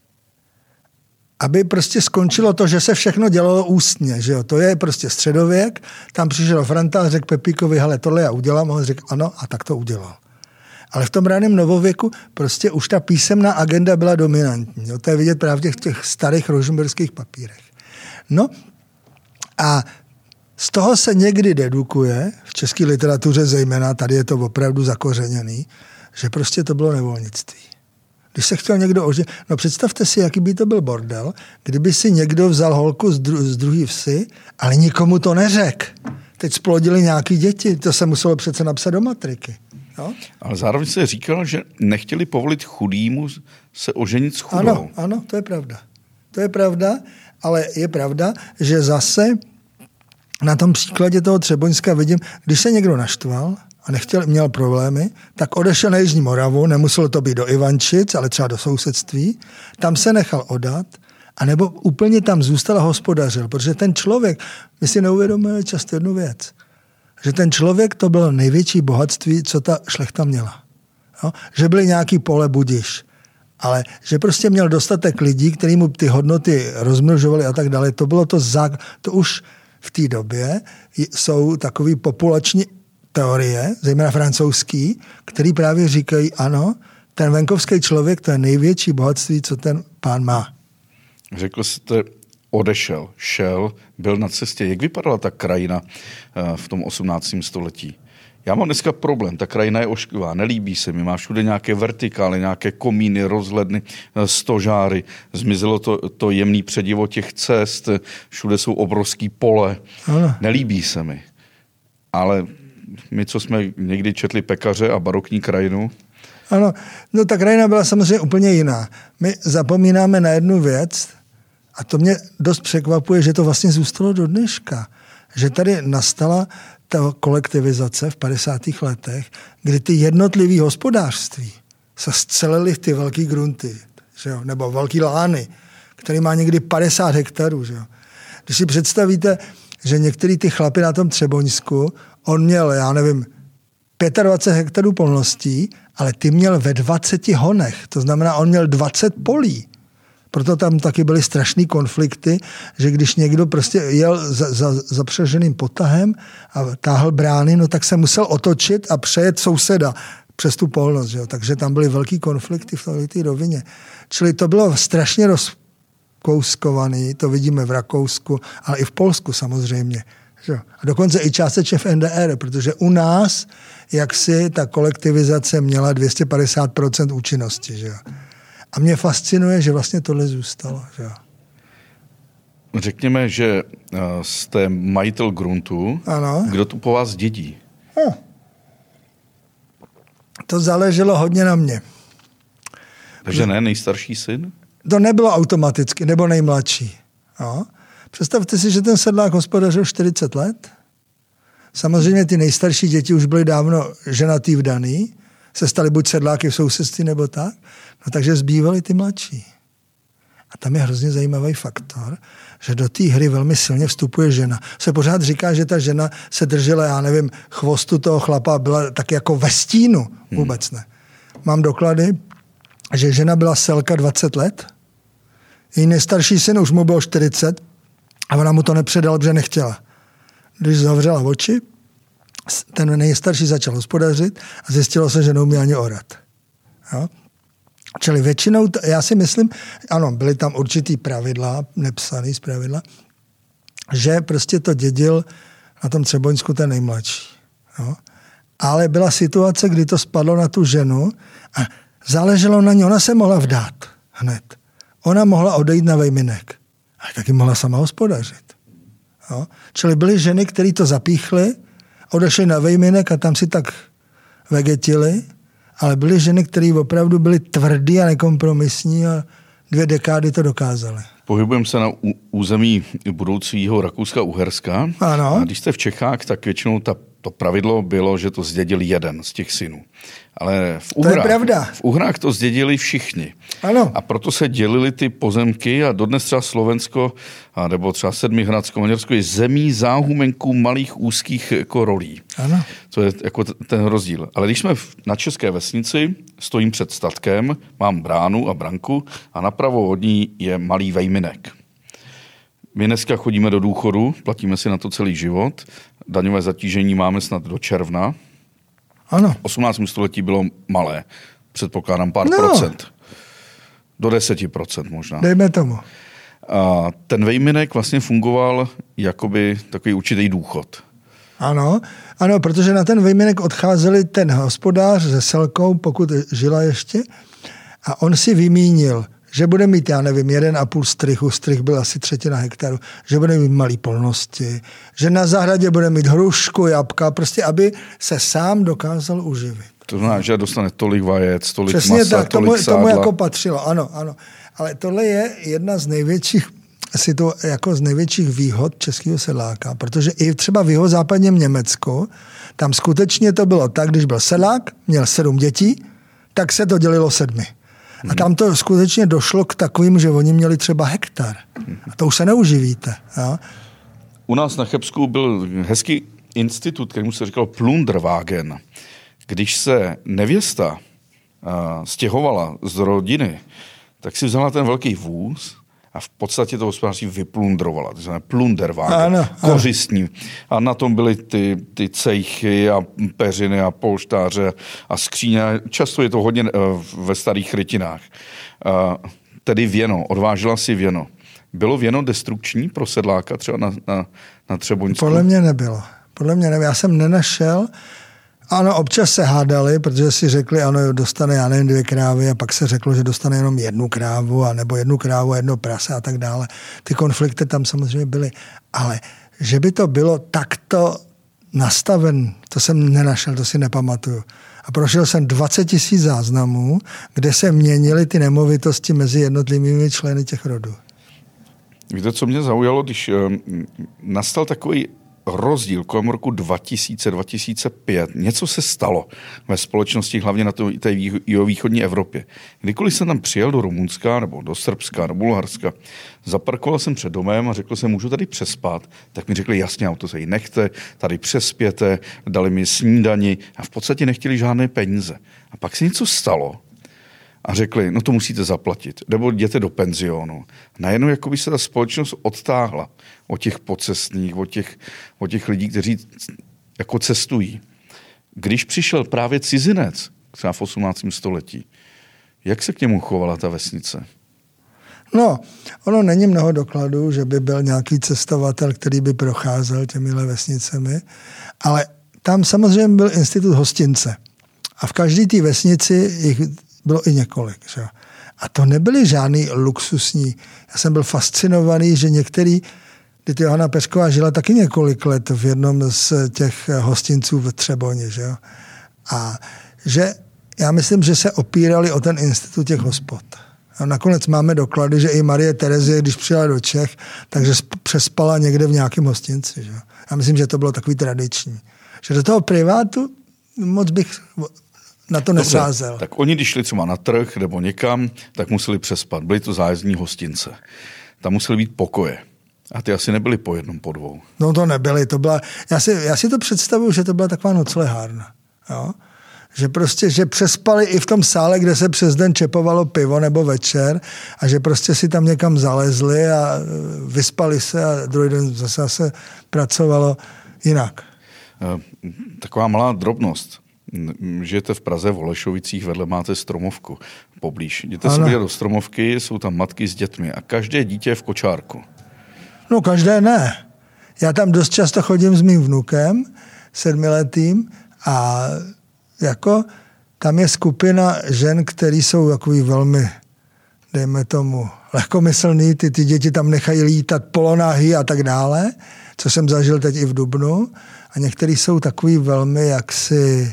aby prostě skončilo to, že se všechno dělalo ústně. Že jo? To je prostě středověk, tam přišel Franta, řekl Pepíkovi, hele, tohle já udělám, a on řekl ano, a tak to udělal. Ale v tom raném novověku prostě už ta písemná agenda byla dominantní. Jo? To je vidět právě v těch starých rožmberských papírech. No a z toho se někdy dedukuje, v české literatuře zejména, tady je to opravdu zakořeněný, že prostě to bylo nevolnictví. Když se chtěl někdo oženit, no představte si, jaký by to byl bordel, kdyby si někdo vzal holku z druhé vsi, ale nikomu to neřekl. Teď splodili nějaký děti, to se muselo přece napsat do matriky. No? Ale zároveň se říkal, že nechtěli povolit chudýmu se oženit s chudou. Ano, to je pravda. To je pravda, ale je pravda, že zase na tom příkladě toho Třeboňska vidím, když se někdo naštval a měl problémy, tak odešel na Jižní Moravu, nemuselo to být do Ivančic, ale třeba do sousedství, tam se nechal odat, anebo úplně tam zůstal a hospodařil, protože ten člověk, my si neuvědomujeme často jednu věc, že ten člověk to bylo největší bohatství, co ta šlechta měla. Jo? Že byly nějaký pole budiš, ale že prostě měl dostatek lidí, který mu ty hodnoty rozmnožovali a tak dále, to bylo to už v té době jsou takové populační teorie, zejména francouzský, který právě říkají, ano, ten venkovský člověk, to je největší bohatství, co ten pán má. Řekl jste, odešel, šel, byl na cestě. Jak vypadala ta krajina v tom 18. století? Já mám dneska problém, ta krajina je ošklivá, nelíbí se mi, má všude nějaké vertikály, nějaké komíny, rozhledny, stožáry, zmizelo to jemný předivo těch cest, všude jsou obrovský pole, nelíbí se mi. Ale my, co jsme někdy četli Pekaře a barokní krajinu. Ano, no ta krajina byla samozřejmě úplně jiná. My zapomínáme na jednu věc a to mě dost překvapuje, že to vlastně zůstalo do dneška. Že tady nastala ta kolektivizace v 50. letech, kdy ty jednotlivý hospodářství se scelily ty velký grunty, že jo? Nebo velký lány, který má někdy 50 hektarů. Že jo? Když si představíte, že některý ty chlapy na tom Třeboňsku, on měl, já nevím, 25 hektarů polností, ale ty měl ve 20 honech. To znamená, on měl 20 polí. Proto tam taky byly strašný konflikty, že když někdo prostě jel za zapřeženým potahem a táhl brány, no tak se musel otočit a přejet souseda přes tu polnost. Že? Takže tam byly velký konflikty v té rovině. Čili to bylo strašně rozkouskovaný, to vidíme v Rakousku, ale i v Polsku samozřejmě. Že? A dokonce i částečně v NDR, protože u nás jaksi ta kolektivizace měla 250% účinnosti. Že? A mě fascinuje, že vlastně tohle zůstalo. Že? Řekněme, že jste majitel gruntu. Ano. Kdo tu po vás dědí? To záleželo hodně na mě. Takže ne nejstarší syn? To nebylo automaticky, nebo nejmladší. No. Představte si, že ten sedlák hospodařil 40 let. Samozřejmě ty nejstarší děti už byly dávno ženatý vdaný, se staly buď sedláky v sousedství nebo tak, no takže zbývaly ty mladší. A tam je hrozně zajímavý faktor, že do té hry velmi silně vstupuje žena. Se pořád říká, že ta žena se držela, já nevím, chvostu toho chlapa, byla tak jako ve stínu. Vůbec ne. Mám doklady, že žena byla selka 20 let, její nejstarší syn už mu bylo 40 a ona mu to nepředala, protože nechtěla. Když zavřela oči, ten nejstarší začal hospodařit a zjistilo se, že neumí ani orat. Jo? Čili většinou, já si myslím, ano, byly tam určitý pravidla, nepsaný z pravidla, že prostě to dědil na tom Třeboňsku ten nejmladší. Jo? Ale byla situace, kdy to spadlo na tu ženu a záleželo na ní, ona se mohla vdát hned. Ona mohla odejít na vejminek, ale taky mohla sama hospodařit. Jo? Čili byly ženy, které to zapíchly, odešly na vejminek a tam si tak vegetily, ale byly ženy, které opravdu byly tvrdý a nekompromisní a 2 dekády to dokázaly. Pohybujeme se na území budoucího Rakouska-Uherska. Ano. A když jste v Čechách, tak většinou to pravidlo bylo, že to zdědil jeden z těch synů. Ale v Uhrách to zdědili všichni. Ano. A proto se dělily ty pozemky a dodnes třeba Slovensko, nebo třeba Sedmihradsko, Maďarsko je zemí záhumenků malých úzkých jako rolí. Ano. To je jako ten rozdíl. Ale když jsme na české vesnici, stojím před statkem, mám bránu a branku a napravo od ní je malý vejminek. My dneska chodíme do důchodu, platíme si na to celý život, daňové zatížení máme snad do června. Ano. V 18. století bylo malé, předpokládám pár procent. Do 10% možná. Dejme tomu. A ten vejminek vlastně fungoval jakoby takový určitý důchod. Ano, protože na ten vejminek odcházeli ten hospodář se selkou, pokud žila ještě, a on si vymínil, že bude mít, já nevím, 1,5 strychu, strych byl asi 1/3 hektaru, že bude mít malý polnosti, že na zahradě bude mít hrušku, jabka, prostě aby se sám dokázal uživit. To znamená, že dostane tolik vajec, tolik přesně masa, tak, tolik sádla. tomu jako patřilo, ano. Ale tohle je jedna z největších výhod českého sedláka, protože i třeba v jihozápadním Německu, tam skutečně to bylo tak, když byl sedlák, měl 7 dětí, tak se to dělilo 7. A tam to skutečně došlo k takovým, že oni měli třeba hektar. A to už se neuživíte. Jo? U nás na Chebsku byl hezký institut, kterému se říkal Plunderwagen. Když se nevěsta stěhovala z rodiny, tak si vzala ten velký vůz a v podstatě to hospodářství vyplundrovala. To znamená Plunderwagen, kořistní. A na tom byly ty cejchy a peřiny a polštáře a skříně. Často je to hodně ve starých rytinách. Tedy věno, odvážela si věno. Bylo věno destrukční pro sedláka třeba na Třeboňsku? Podle mě nebylo. Já jsem nenašel. Ano, občas se hádali, protože si řekli, ano, dostane, já nevím, 2 krávy a pak se řeklo, že dostane jenom 1 krávu, nebo 1 krávu a 1 prase a tak dále. Ty konflikty tam samozřejmě byly. Ale že by to bylo takto nastaven, to jsem nenašel, to si nepamatuju. A prošel jsem 20 000 záznamů, kde se měnily ty nemovitosti mezi jednotlivými členy těch rodů. Víte, co mě zaujalo, když nastal takový rozdíl kolem roku 2000-2005. Něco se stalo ve společnosti, hlavně na té jihovýchodní Evropě. Kdykoliv jsem tam přijel do Rumunska, nebo do Srbska, do Bulharska, zaparkoval jsem před domem a řekl jsem, můžu tady přespat, tak mi řekli, jasně, auto se jí nechte, tady přespěte, dali mi snídani a v podstatě nechtěli žádné peníze. A pak se něco stalo a řekli, no to musíte zaplatit, nebo jděte do penzionu. Najednou jako by se ta společnost odtáhla od těch pocestných, od těch lidí, kteří jako cestují. Když přišel právě cizinec, třeba v 18. století, jak se k němu chovala ta vesnice? No, ono není mnoho dokladů, že by byl nějaký cestovatel, který by procházel těmihle vesnicemi, ale tam samozřejmě byl institut hostince. A v každé té vesnici jich bylo i několik. Že? A to nebyly žádný luxusní. Já jsem byl fascinovaný, že některý, kdy Johana Pešková žila taky několik let v jednom z těch hostinců v Třeboni. Že? A že já myslím, že se opírali o ten institut těch hospod. A nakonec máme doklady, že i Marie Terezie, když přijela do Čech, takže přespala někde v nějakém hostinci. Že? Já myslím, že to bylo takový tradiční. Že do toho privátu moc bych na to nesázel. Tak oni, když šli třeba na trh nebo někam, tak museli přespat. Byly to zájezdní hostince. Tam museli být pokoje. A ty asi nebyly po jednom, po dvou. No to nebyly. Já si to představuju, že to byla taková noclehárna. Jo? Že prostě, že přespali i v tom sále, kde se přes den čepovalo pivo nebo večer a že prostě si tam někam zalezli a vyspali se a druhý den zase pracovalo jinak. Taková malá drobnost. Žijete v Praze, v Holešovicích, vedle máte Stromovku poblíž. Jděte se do Stromovky, jsou tam matky s dětmi a každé dítě je v kočárku. No každé ne. Já tam dost často chodím s mým vnukem, 7letým, a jako tam je skupina žen, který jsou takový velmi, dejme tomu, lehkomyslný, ty děti tam nechají lítat polonáhy a tak dále, co jsem zažil teď i v dubnu. A některý jsou takový velmi jaksi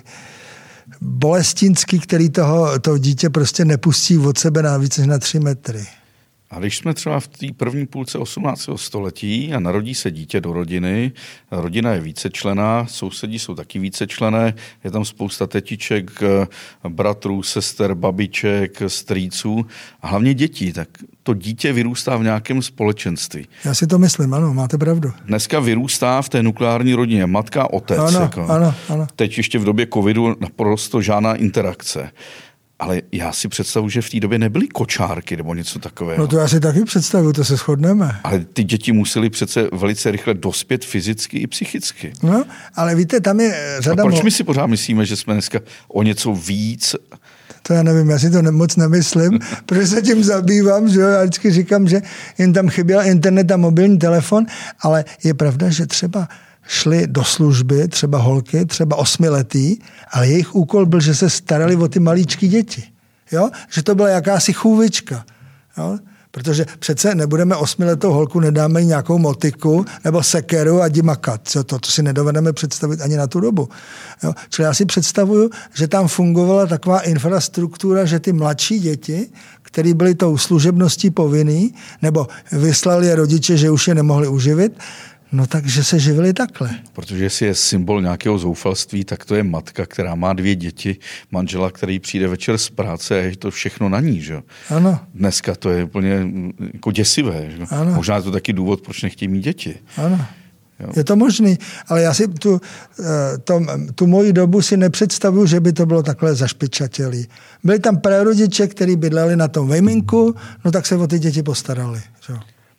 bolestinský, který toho dítě prostě nepustí od sebe na víc než na 3 metry. A když jsme třeba v té první půlce 18. století a narodí se dítě do rodiny, rodina je vícečlenná, sousedí jsou taky vícečlenné, je tam spousta tetiček, bratrů, sester, babiček, strýců a hlavně dětí, tak to dítě vyrůstá v nějakém společenství. Já si to myslím, ano, máte pravdu. Dneska vyrůstá v té nukleární rodině matka, otec. Ano. Teď ještě v době covidu naprosto žádná interakce. Ale já si představuji, že v té době nebyly kočárky nebo něco takového. No to já si taky představuji, to se shodneme. Ale ty děti musely přece velice rychle dospět fyzicky i psychicky. No, ale víte, tam je řada... A proč my si pořád myslíme, že jsme dneska o něco víc? To já nevím, já si to moc nemyslím, protože se tím zabývám, že jo, já vždycky říkám, že jen tam chyběl internet a mobilní telefon, ale je pravda, že třeba šli do služby, třeba holky, třeba 8letý, ale jejich úkol byl, že se starali o ty malíčky děti. Jo? Že to byla jakási chůvička. Jo? Protože přece nebudeme 8letou holku, nedáme jí nějakou motiku nebo sekeru a jdi makat. To si nedovedeme představit ani na tu dobu. Jo? Čili já si představuju, že tam fungovala taková infrastruktura, že ty mladší děti, které byly tou služebností povinný, nebo vyslali je rodiče, že už je nemohli uživit, no takže se živili takhle. Protože jestli je symbol nějakého zoufalství, tak to je matka, která má 2 děti, manžela, který přijde večer z práce a je to všechno na ní. Že? Ano. Dneska to je úplně jako děsivé. Že? Ano. Možná je to taky důvod, proč nechtějí mít děti. Ano. Jo. Je to možný, ale já si tu moji dobu si nepředstavuju, že by to bylo takhle zašpičatělý. Byli tam prarodiče, kteří bydleli na tom vejminku, no tak se o ty děti postarali. Že?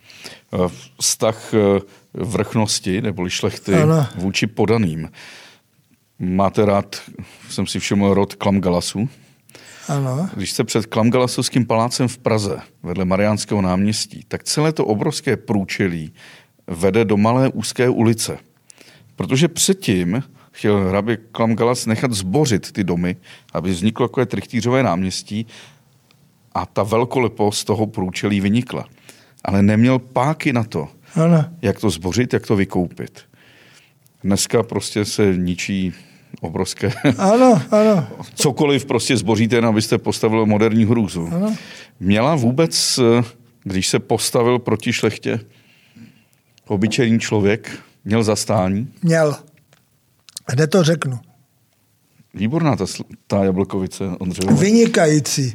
Vztah vrchnosti neboli šlechty vůči podaným. Máte rád, jsem si všiml, rod Klamgalasů? Ano. Když jste před Klamgalasovským palácem v Praze, vedle Mariánského náměstí, tak celé to obrovské průčelí vede do malé úzké ulice. Protože předtím chtěl hrabě Klamgalas nechat zbořit ty domy, aby vzniklo takové trychtýřové náměstí a ta velkolepost toho průčelí vynikla. Ale neměl páky na to, jak to zbořit, jak to vykoupit. Dneska prostě se ničí obrovské... Ano. Cokoliv prostě zboříte, jen abyste postavili moderní hrůzu. Ano. Měla vůbec, když se postavil proti šlechtě, obyčejný člověk, měl zastání? Měl. Hned to řeknu. Výborná ta Jablkovice, Ondřejova. Vynikající.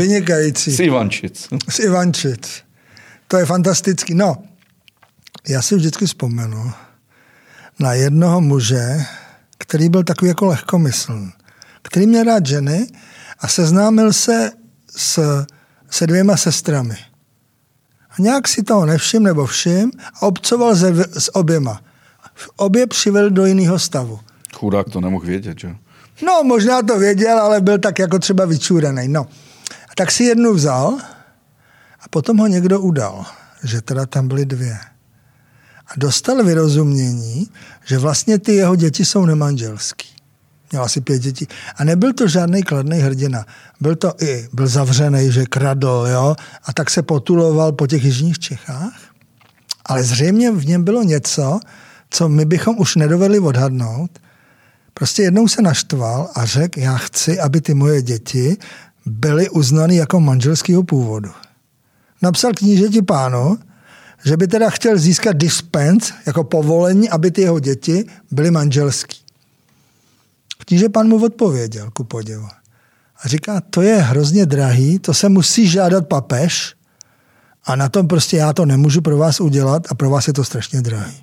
Z Ivančic. To je fantastický. No, já si vždycky vzpomenu na jednoho muže, který byl takový jako lehkomyslný, který měl rád ženy a seznámil se se 2 sestrami. A nějak si toho nevšiml nebo všiml a obcoval s oběma. Obě přivedl do jiného stavu. Chudák to nemohl vědět, že? No, možná to věděl, ale byl tak jako třeba vyčúranej. No. A tak si jednu vzal a potom ho někdo udal, že teda tam byly 2. A dostal vyrozumění, že vlastně ty jeho děti jsou nemanželský. Měl asi 5 dětí. A nebyl to žádný kladný hrdina. Byl zavřený, že kradl, jo? A tak se potuloval po těch jižních Čechách. Ale zřejmě v něm bylo něco, co my bychom už nedovedli odhadnout. Prostě jednou se naštval a řekl, já chci, aby ty moje děti byly uznaný jako manželského původu. Napsal knížeti pánu, že by teda chtěl získat dispens jako povolení, aby ty jeho děti byly manželský. Kníže pán mu odpověděl, ku podivu. A říká, to je hrozně drahý, to se musí žádat papež a na tom prostě já to nemůžu pro vás udělat a pro vás je to strašně drahý.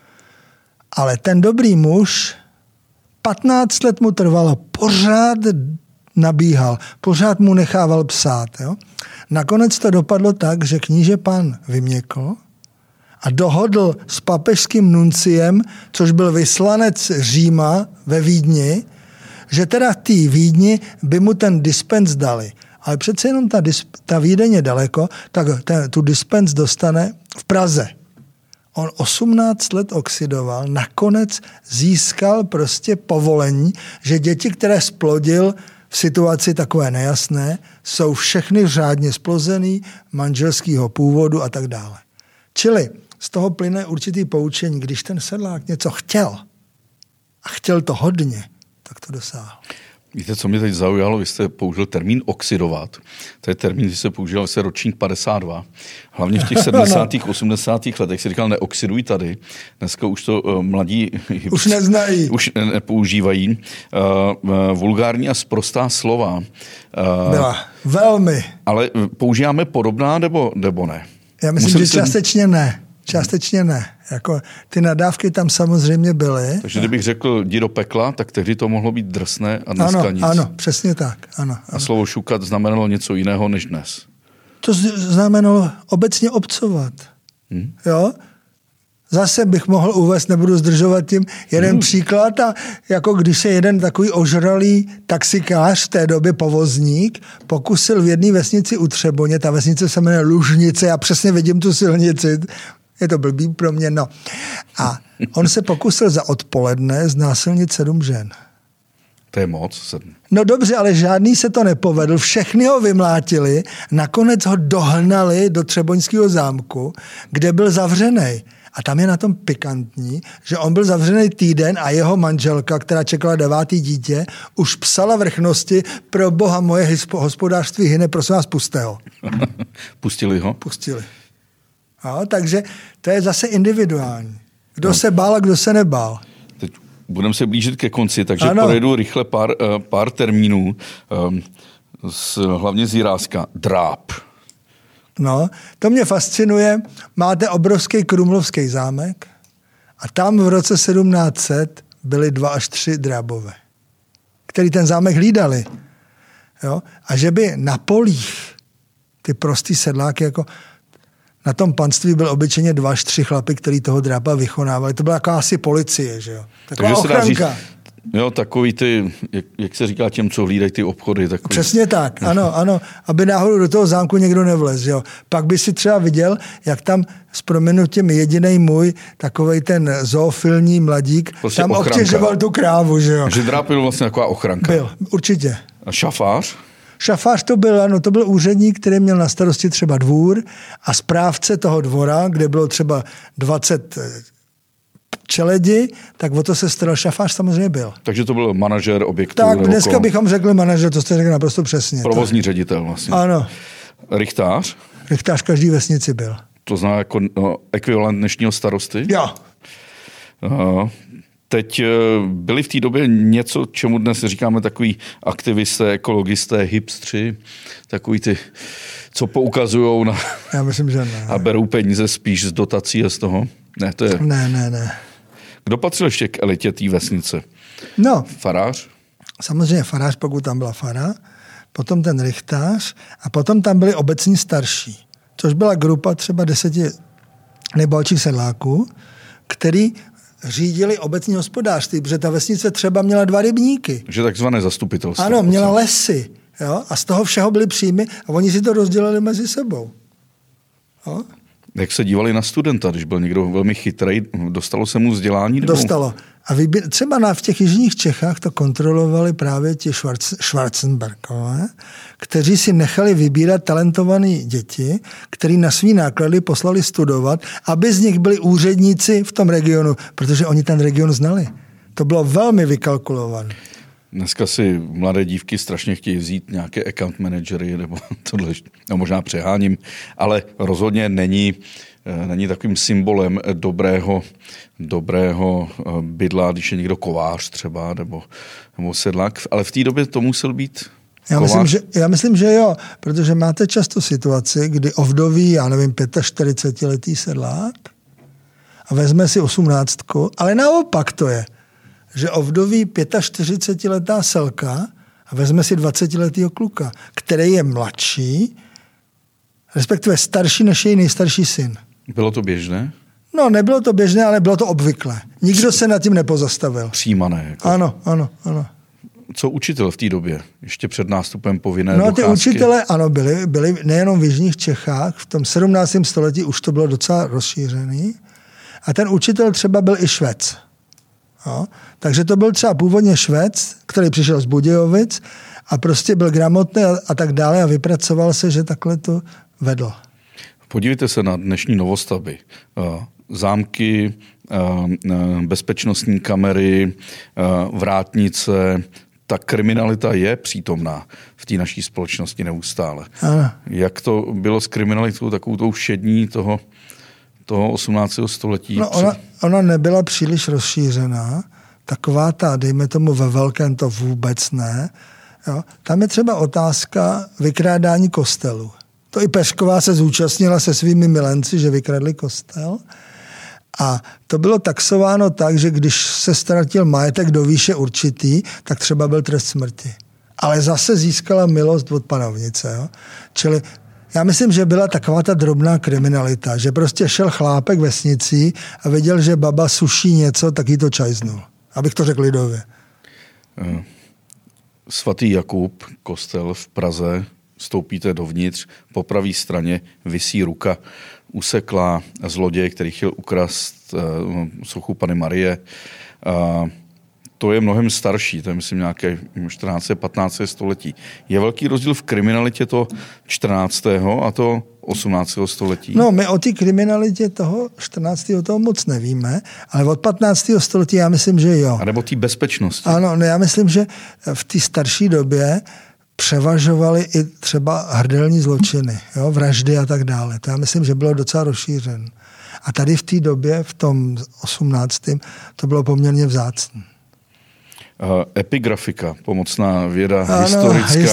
Ale ten dobrý muž, 15 let mu trvalo, pořád nabíhal, pořád mu nechával psát. Jo? Nakonec to dopadlo tak, že kníže pán vyměkl a dohodl s papežským nunciem, což byl vyslanec Říma ve Vídni, že teda v té Vídni by mu ten dispens dali. Ale přece jenom ta Vídeň je daleko, tak tu dispens dostane v Praze. On 18 let oxidoval, nakonec získal prostě povolení, že děti, které splodil v situaci takové nejasné, jsou všechny řádně splozený, manželského původu a tak dále. Čili z toho plyne určitý poučení, když ten sedlák něco chtěl a chtěl to hodně, tak to dosáhl. Víte, co mě teď zaujalo? Vy jste použil termín oxidovat. To je termín, který se používal asi ročník 52. Hlavně v těch 70. 80. letech si říkal, neoxiduj tady. Dneska už to mladí už neznají. Už nepoužívají. Vulgární a sprostá slova. Byla velmi. Ale používáme podobná nebo ne? Já myslím, že částečně ne. Částečně ne. Jako, ty nadávky tam samozřejmě byly. Takže kdybych řekl jdi do pekla, tak tehdy to mohlo být drsné a dneska nic. Ano, přesně tak. Ano. A slovo šukat znamenalo něco jiného než dnes. To znamenalo obecně obcovat. Jo? Zase bych mohl uvést, nebudu zdržovat tím, jeden příklad. A jako když se jeden takový ožralý taxikář v té době povozník pokusil v jedné vesnici u Třeboně, ta vesnice se jmenuje Lužnice, já přesně vidím tu silnici, je to blbý pro mě, no. A on se pokusil za odpoledne znásilnit 7 žen. To je moc, 7. No dobře, ale žádný se to nepovedl, všechny ho vymlátili, nakonec ho dohnali do Třeboňského zámku, kde byl zavřenej. A tam je na tom pikantní, že on byl zavřený týden a jeho manželka, která čekala 9. dítě, už psala vrchnosti, pro boha moje hospodářství hyne, prosím vás, puste ho. Pustili ho? Pustili. No, takže to je zase individuální. Kdo se bál a kdo se nebál. Teď budeme se blížit ke konci, takže projedu rychle pár termínů, hlavně z Jiráska. Dráp. No, to mě fascinuje. Máte obrovský Krumlovský zámek a tam v roce 1700 byly 2 až 3 drábové, který ten zámek hlídali. Jo? A že by na polích ty prostý sedláky, jako na tom panství byl obyčejně 2 až 3 chlapy, který toho drába vykonávali. To byla jako asi policie, že jo? Taková ochranka. Jo, takový ty, jak se říká těm, co hlídají ty obchody. Takový. Přesně tak, ano, aby náhodou do toho zámku někdo nevlez, jo. Pak by si třeba viděl, jak tam s prominutím jedinej můj, takovej ten zoofilní mladík, prostě tam obtěžoval tu krávu, že jo. Že dráp byl vlastně taková ochranka. Byl, určitě. A šafář? Šafář to byl, ano, to byl úředník, který měl na starosti třeba dvůr a správce toho dvora, kde bylo třeba 20 čeledi, tak o to se staral šafář samozřejmě byl. Takže to byl manažer objektu. Tak dneska bychom řekli manažer, to jste řekl naprosto přesně. Provozní ředitel vlastně. Ano. Richtář? Richtář každý vesnici byl. To znamená jako ekvivalent dnešního starosty? Jo. Teď byli v té době něco, čemu dnes říkáme takový aktivisté, ekologisté, hipstři, takový ty, co poukazujou na... Já myslím, že ne. A berou peníze spíš z dotací a z toho? Ne, to je... Ne. Kdo patřil ještě k elitě té vesnice? No. Farář? Samozřejmě farář, pokud tam byla fara, potom ten richtář a potom tam byli obecní starší, což byla grupa třeba 10 nejbohatších sedláků, který řídili obecní hospodářství, protože ta vesnice třeba měla 2 rybníky. Že takzvané zastupitelstvo. Ano, měla lesy. Jo? A z toho všeho byly příjmy a oni si to rozdělili mezi sebou. Jo? Jak se dívali na studenta, když byl někdo velmi chytrý, dostalo se mu vzdělání? Nebo... Dostalo. A třeba v těch jižních Čechách to kontrolovali právě ti Schwarzenbergové, kteří si nechali vybírat talentované děti, který na svý náklady poslali studovat, aby z nich byli úředníci v tom regionu, protože oni ten region znali. To bylo velmi vykalkulované. Dneska si mladé dívky strašně chtějí vzít nějaké account managery nebo tohle, no možná přeháním, ale rozhodně není takovým symbolem dobrého bydla, když je někdo kovář třeba nebo sedlák, ale v té době to musel být kovář. Já myslím, že jo, protože máte často situaci, kdy ovdoví, já nevím, 45letý sedlák a vezme si 18, ale naopak to je, že ovdoví 45letá selka a vezme si 20letýho kluka, který je mladší, respektive starší než její nejstarší syn. Bylo to běžné? No, nebylo to běžné, ale bylo to obvyklé. Nikdo se nad tím nepozastavil. Přijímané. Jako. Ano. Co učitel v té době? Ještě před nástupem povinné docházky? No, ty učitele, ano, byli nejenom v jižních Čechách, v tom 17. století už to bylo docela rozšířený. A ten učitel třeba byl i Švec. No, takže to byl třeba původně Švec, který přišel z Budějovic a prostě byl gramotný a tak dále a vypracoval se, že takhle to vedl. Podívejte se na dnešní novostavby. Zámky, bezpečnostní kamery, vrátnice. Ta kriminalita je přítomná v té naší společnosti neustále. Ano. Jak to bylo s kriminalitou, takovou tou všední toho 18. století? No, ona nebyla příliš rozšířená. Taková ta, dejme tomu ve velkém, to vůbec ne. Jo. Tam je třeba otázka vykrádání kostelů. To i Pešková se zúčastnila se svými milenci, že vykradli kostel. A to bylo taxováno tak, že když se ztratil majetek do výše určitý, tak třeba byl trest smrti. Ale zase získala milost od panovnice. Jo? Čili já myslím, že byla taková ta drobná kriminalita, že prostě šel chlápek vesnicí a viděl, že baba suší něco, tak jí to čajznul. Abych to řekl lidově. Svatý Jakub, kostel v Praze, vstoupíte dovnitř, po pravé straně visí ruka useklá zloděj, který chtěl ukrást sochu Panny Marie. To je mnohem starší, to je myslím nějaké 14. 15. století. Je velký rozdíl v kriminalitě to 14. a to 18. století? No, my o té kriminalitě toho 14. toho moc nevíme, ale od 15. století já myslím, že jo. A nebo té bezpečnosti? Ano, no já myslím, že v té starší době převažovaly i třeba hrdelní zločiny, jo, vraždy a tak dále. To já myslím, že bylo docela rozšířen. A tady v té době, v tom 18. to bylo poměrně vzácné. Epigrafika, pomocná věda, ano,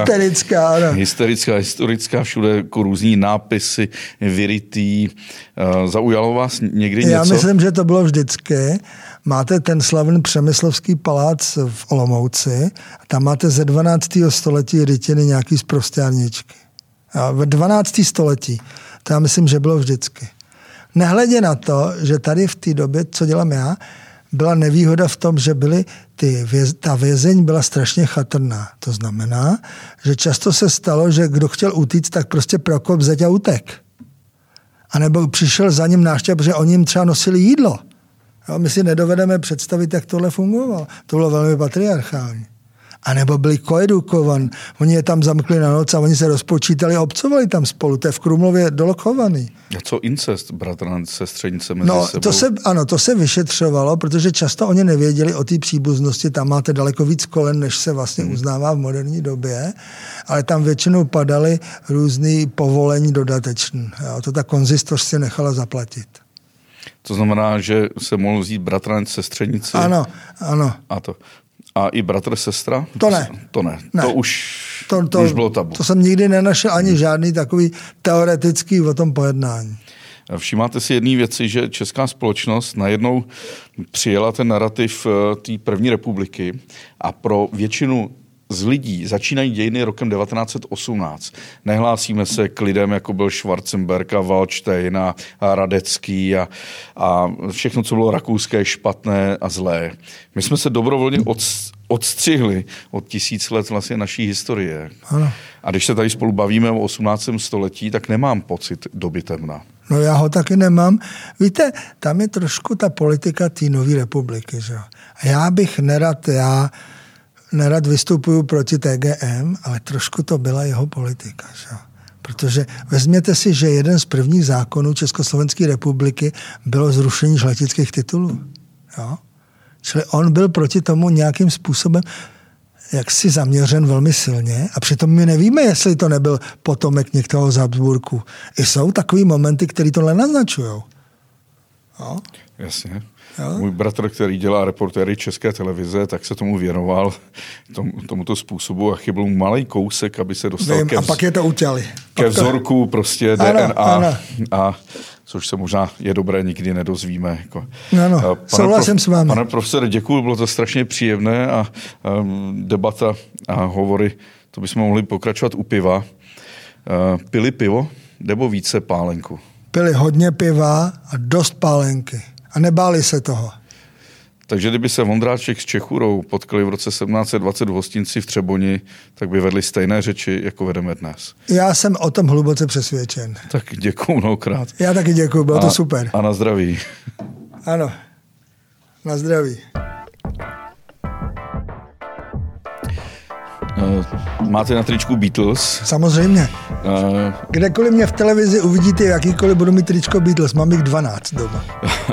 historická, všude jako různý nápisy, vyrytý. Zaujalo vás někdy něco? Já myslím, že to bylo vždycky. Máte ten slavný Přemyslovský palác v Olomouci a tam máte ze 12. století rytiny nějaký zprosťárničky. Ve 12. století. To já myslím, že bylo vždycky. Nehledě na to, že tady v té době, co dělám já, byla nevýhoda v tom, že ta vězeň byla strašně chatrná. To znamená, že často se stalo, že kdo chtěl utíct, tak prostě prokop zeď a utek. A nebo přišel za ním návštěv, protože oni jim třeba nosili jídlo. Jo, my si nedovedeme představit, jak tohle fungovalo. To bylo velmi patriarchální. A nebo byli koedukovaní. Oni je tam zamkli na noc a oni se rozpočítali a obcovali tam spolu. To je v Krumlově dolokovaný. A co incest, bratranec, sestřenice mezi sebou? To se vyšetřovalo, protože často oni nevěděli o té příbuznosti. Tam máte daleko víc kolen, než se vlastně uznává v moderní době. Ale tam většinou padaly různý povolení dodatečné. To ta konzistoř si nechala zaplatit. To znamená, že se mohl vzít bratranec, sestřenici? Ano. A i bratr, sestra? To ne. To už bylo tabu. To jsem nikdy nenašel ani žádný takový teoretický o tom pojednání. Všímáte si jedné věci, že česká společnost najednou přijela ten narrativ té první republiky a pro většinu z lidí začínají dějiny rokem 1918. Nehlásíme se k lidem, jako byl Schwarzenberg a Waldstein a Radecký a všechno, co bylo rakouské, špatné a zlé. My jsme se dobrovolně odstřihli od 1000 let vlastně naší historie. Ano. A když se tady spolu bavíme o 18. století, tak nemám pocit doby temna. No já ho taky nemám. Víte, tam je trošku ta politika té nové republiky. Že? A já bych nerad vystupuju proti TGM, ale trošku to byla jeho politika. Že? Protože vezměte si, že jeden z prvních zákonů Československé republiky bylo zrušení žletických titulů. Jo? Čili on byl proti tomu nějakým způsobem, jaksi zaměřen velmi silně a přitom my nevíme, jestli to nebyl potomek některého z Habsburků. I jsou takový momenty, které tohle naznačujou. No. Jasně. Jo? Můj bratr, který dělá reportéry České televize, tak se tomu věnoval, tomuto způsobu a chyběl mu malej kousek, aby se dostal a pak je to utěli. Ke vzorku prostě DNA. Ano. A což se možná je dobré, nikdy nedozvíme. Jako. Ano, souhlasím s vámi. Pane profesore, děkuji, bylo to strašně příjemné a debata a hovory, to bychom mohli pokračovat u piva. Pili pivo nebo více pálenku? Pili hodně piva a dost pálenky. A nebáli se toho. Takže kdyby se Vondráček s Čechurou potkali v roce 1720 v hostinci v Třeboni, tak by vedli stejné řeči, jako vedeme dnes. Já jsem o tom hluboce přesvědčen. Tak děkuju mnohokrát. Já taky děkuju, bylo to super. A na zdraví. Ano, na zdraví. Máte na tričku Beatles? Samozřejmě. Kdekoliv mě v televizi uvidíte, jakýkoliv budu mít tričko Beatles, mám jich 12 doma.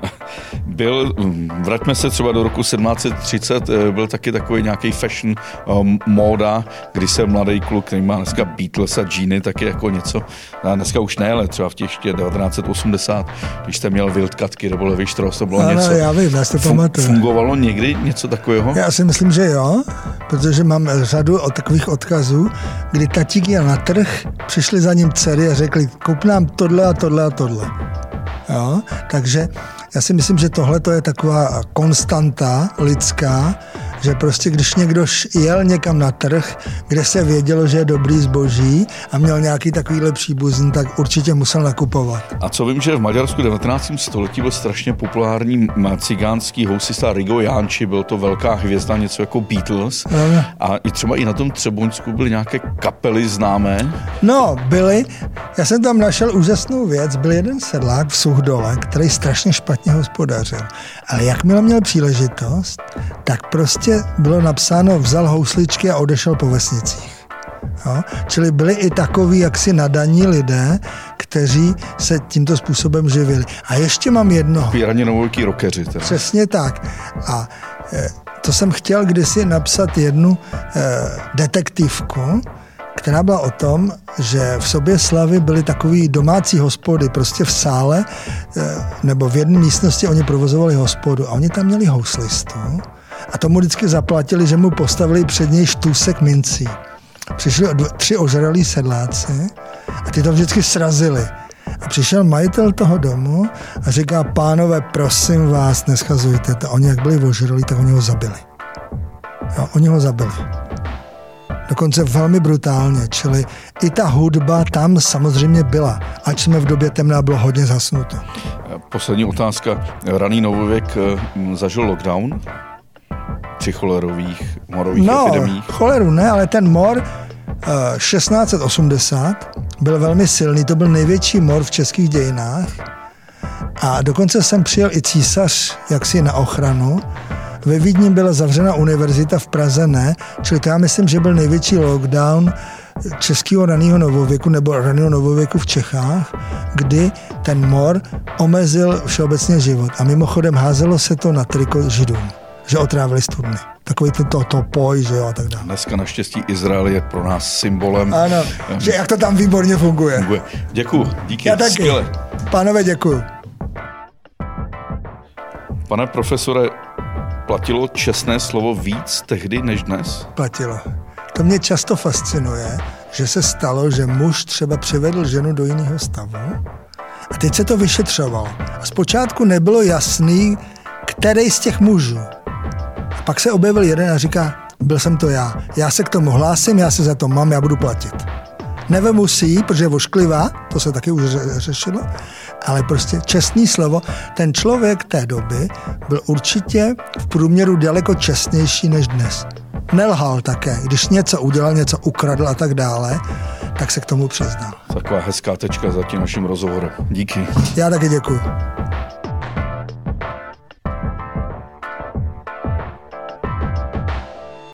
Vraťme se třeba do roku 1730, byl taky takový nějaký fashion móda, kdy se mladý kluk, který má dneska Beatles a džíny, taky jako něco, a dneska už ne, ale třeba v těch 1980, když jste měl Wildcatky nebo Levi Strauss, to bylo něco. Já vím, já si to pamatuju. Fungovalo někdy něco takového? Já si myslím, že jo, protože mám řadu takových odkazů, kdy tatík jel na trh, přišli za ním dcery a řekli, koup nám tohle a tohle a tohle. Jo, takže já si myslím, že tohle to je taková konstanta lidská, že prostě když někdo jel někam na trh, kde se vědělo, že je dobrý zboží a měl nějaký takový lepší buzín, tak určitě musel nakupovat. A co vím, že v Maďarsku 19. století byl strašně populární cigánský housista Rigo Janči, byl to velká hvězda, něco jako Beatles. No. A i třeba i na tom Třeboňsku byly nějaké kapely známé? No, byly. Já jsem tam našel úžasnou věc. Byl jeden sedlák v Suchdole, který strašně špatně hospodařil. Ale jakmile měl příležitost, tak prostě bylo napsáno, vzal housličky a odešel po vesnicích. Jo? Čili byli i takoví jaksi nadaní lidé, kteří se tímto způsobem živili. A ještě mám jednoho. Píraně novověký rockeři. Teda. Přesně tak. A to jsem chtěl kdysi napsat jednu detektivku, která byla o tom, že v Soběslavi byly takový domácí hospody, prostě v sále nebo v jedné místnosti oni provozovali hospodu a oni tam měli houslistu a tomu vždycky zaplatili, že mu postavili před něj štůsek mincí. Přišli 3 ožralí sedláci a ty to vždycky srazili. A přišel majitel toho domu a říká, pánové, prosím vás, neschazujte to. Oni jak byli ožralí, tak oni ho zabili. Jo, oni ho zabili. Dokonce velmi brutálně, čili i ta hudba tam samozřejmě byla, ač jsme v době temná, bylo hodně zhasnuto. Poslední otázka. Raný novověk zažil lockdown při cholerových, morových epidemích? No, choleru ne, ale ten mor 1680 byl velmi silný, to byl největší mor v českých dějinách a dokonce sem přijel i císař jaksi na ochranu. Ve Vídni byla zavřena univerzita, v Praze ne, čili to já myslím, že byl největší lockdown českého raného novověku nebo raného novověku v Čechách, kdy ten mor omezil všeobecně život. A mimochodem házelo se to na triko Židům, že otrávili studny. Takový to poj, že jo, a tak dále. Dneska naštěstí Izrael je pro nás symbolem. Ano, že jak to tam výborně funguje. Děkuju, díky. Já taky. Skvěle. Pánové, děkuju. Pane profesore, platilo čestné slovo víc tehdy než dnes? Platilo. To mě často fascinuje, že se stalo, že muž třeba přivedl ženu do jiného stavu a teď se to vyšetřovalo. A zpočátku nebylo jasný, který z těch mužů. A pak se objevil jeden a říká, byl jsem to já. Já se k tomu hlásím, já se za to mám, já budu platit. Nevemu si ji, protože je ošklivá, to se taky už řešilo, ale prostě čestný slovo. Ten člověk té doby byl určitě v průměru daleko čestnější než dnes. Nelhal také, když něco udělal, něco ukradl a tak dále, tak se k tomu přiznal. Taková hezká tečka za tím naším rozhovorem. Díky. Já taky děkuju.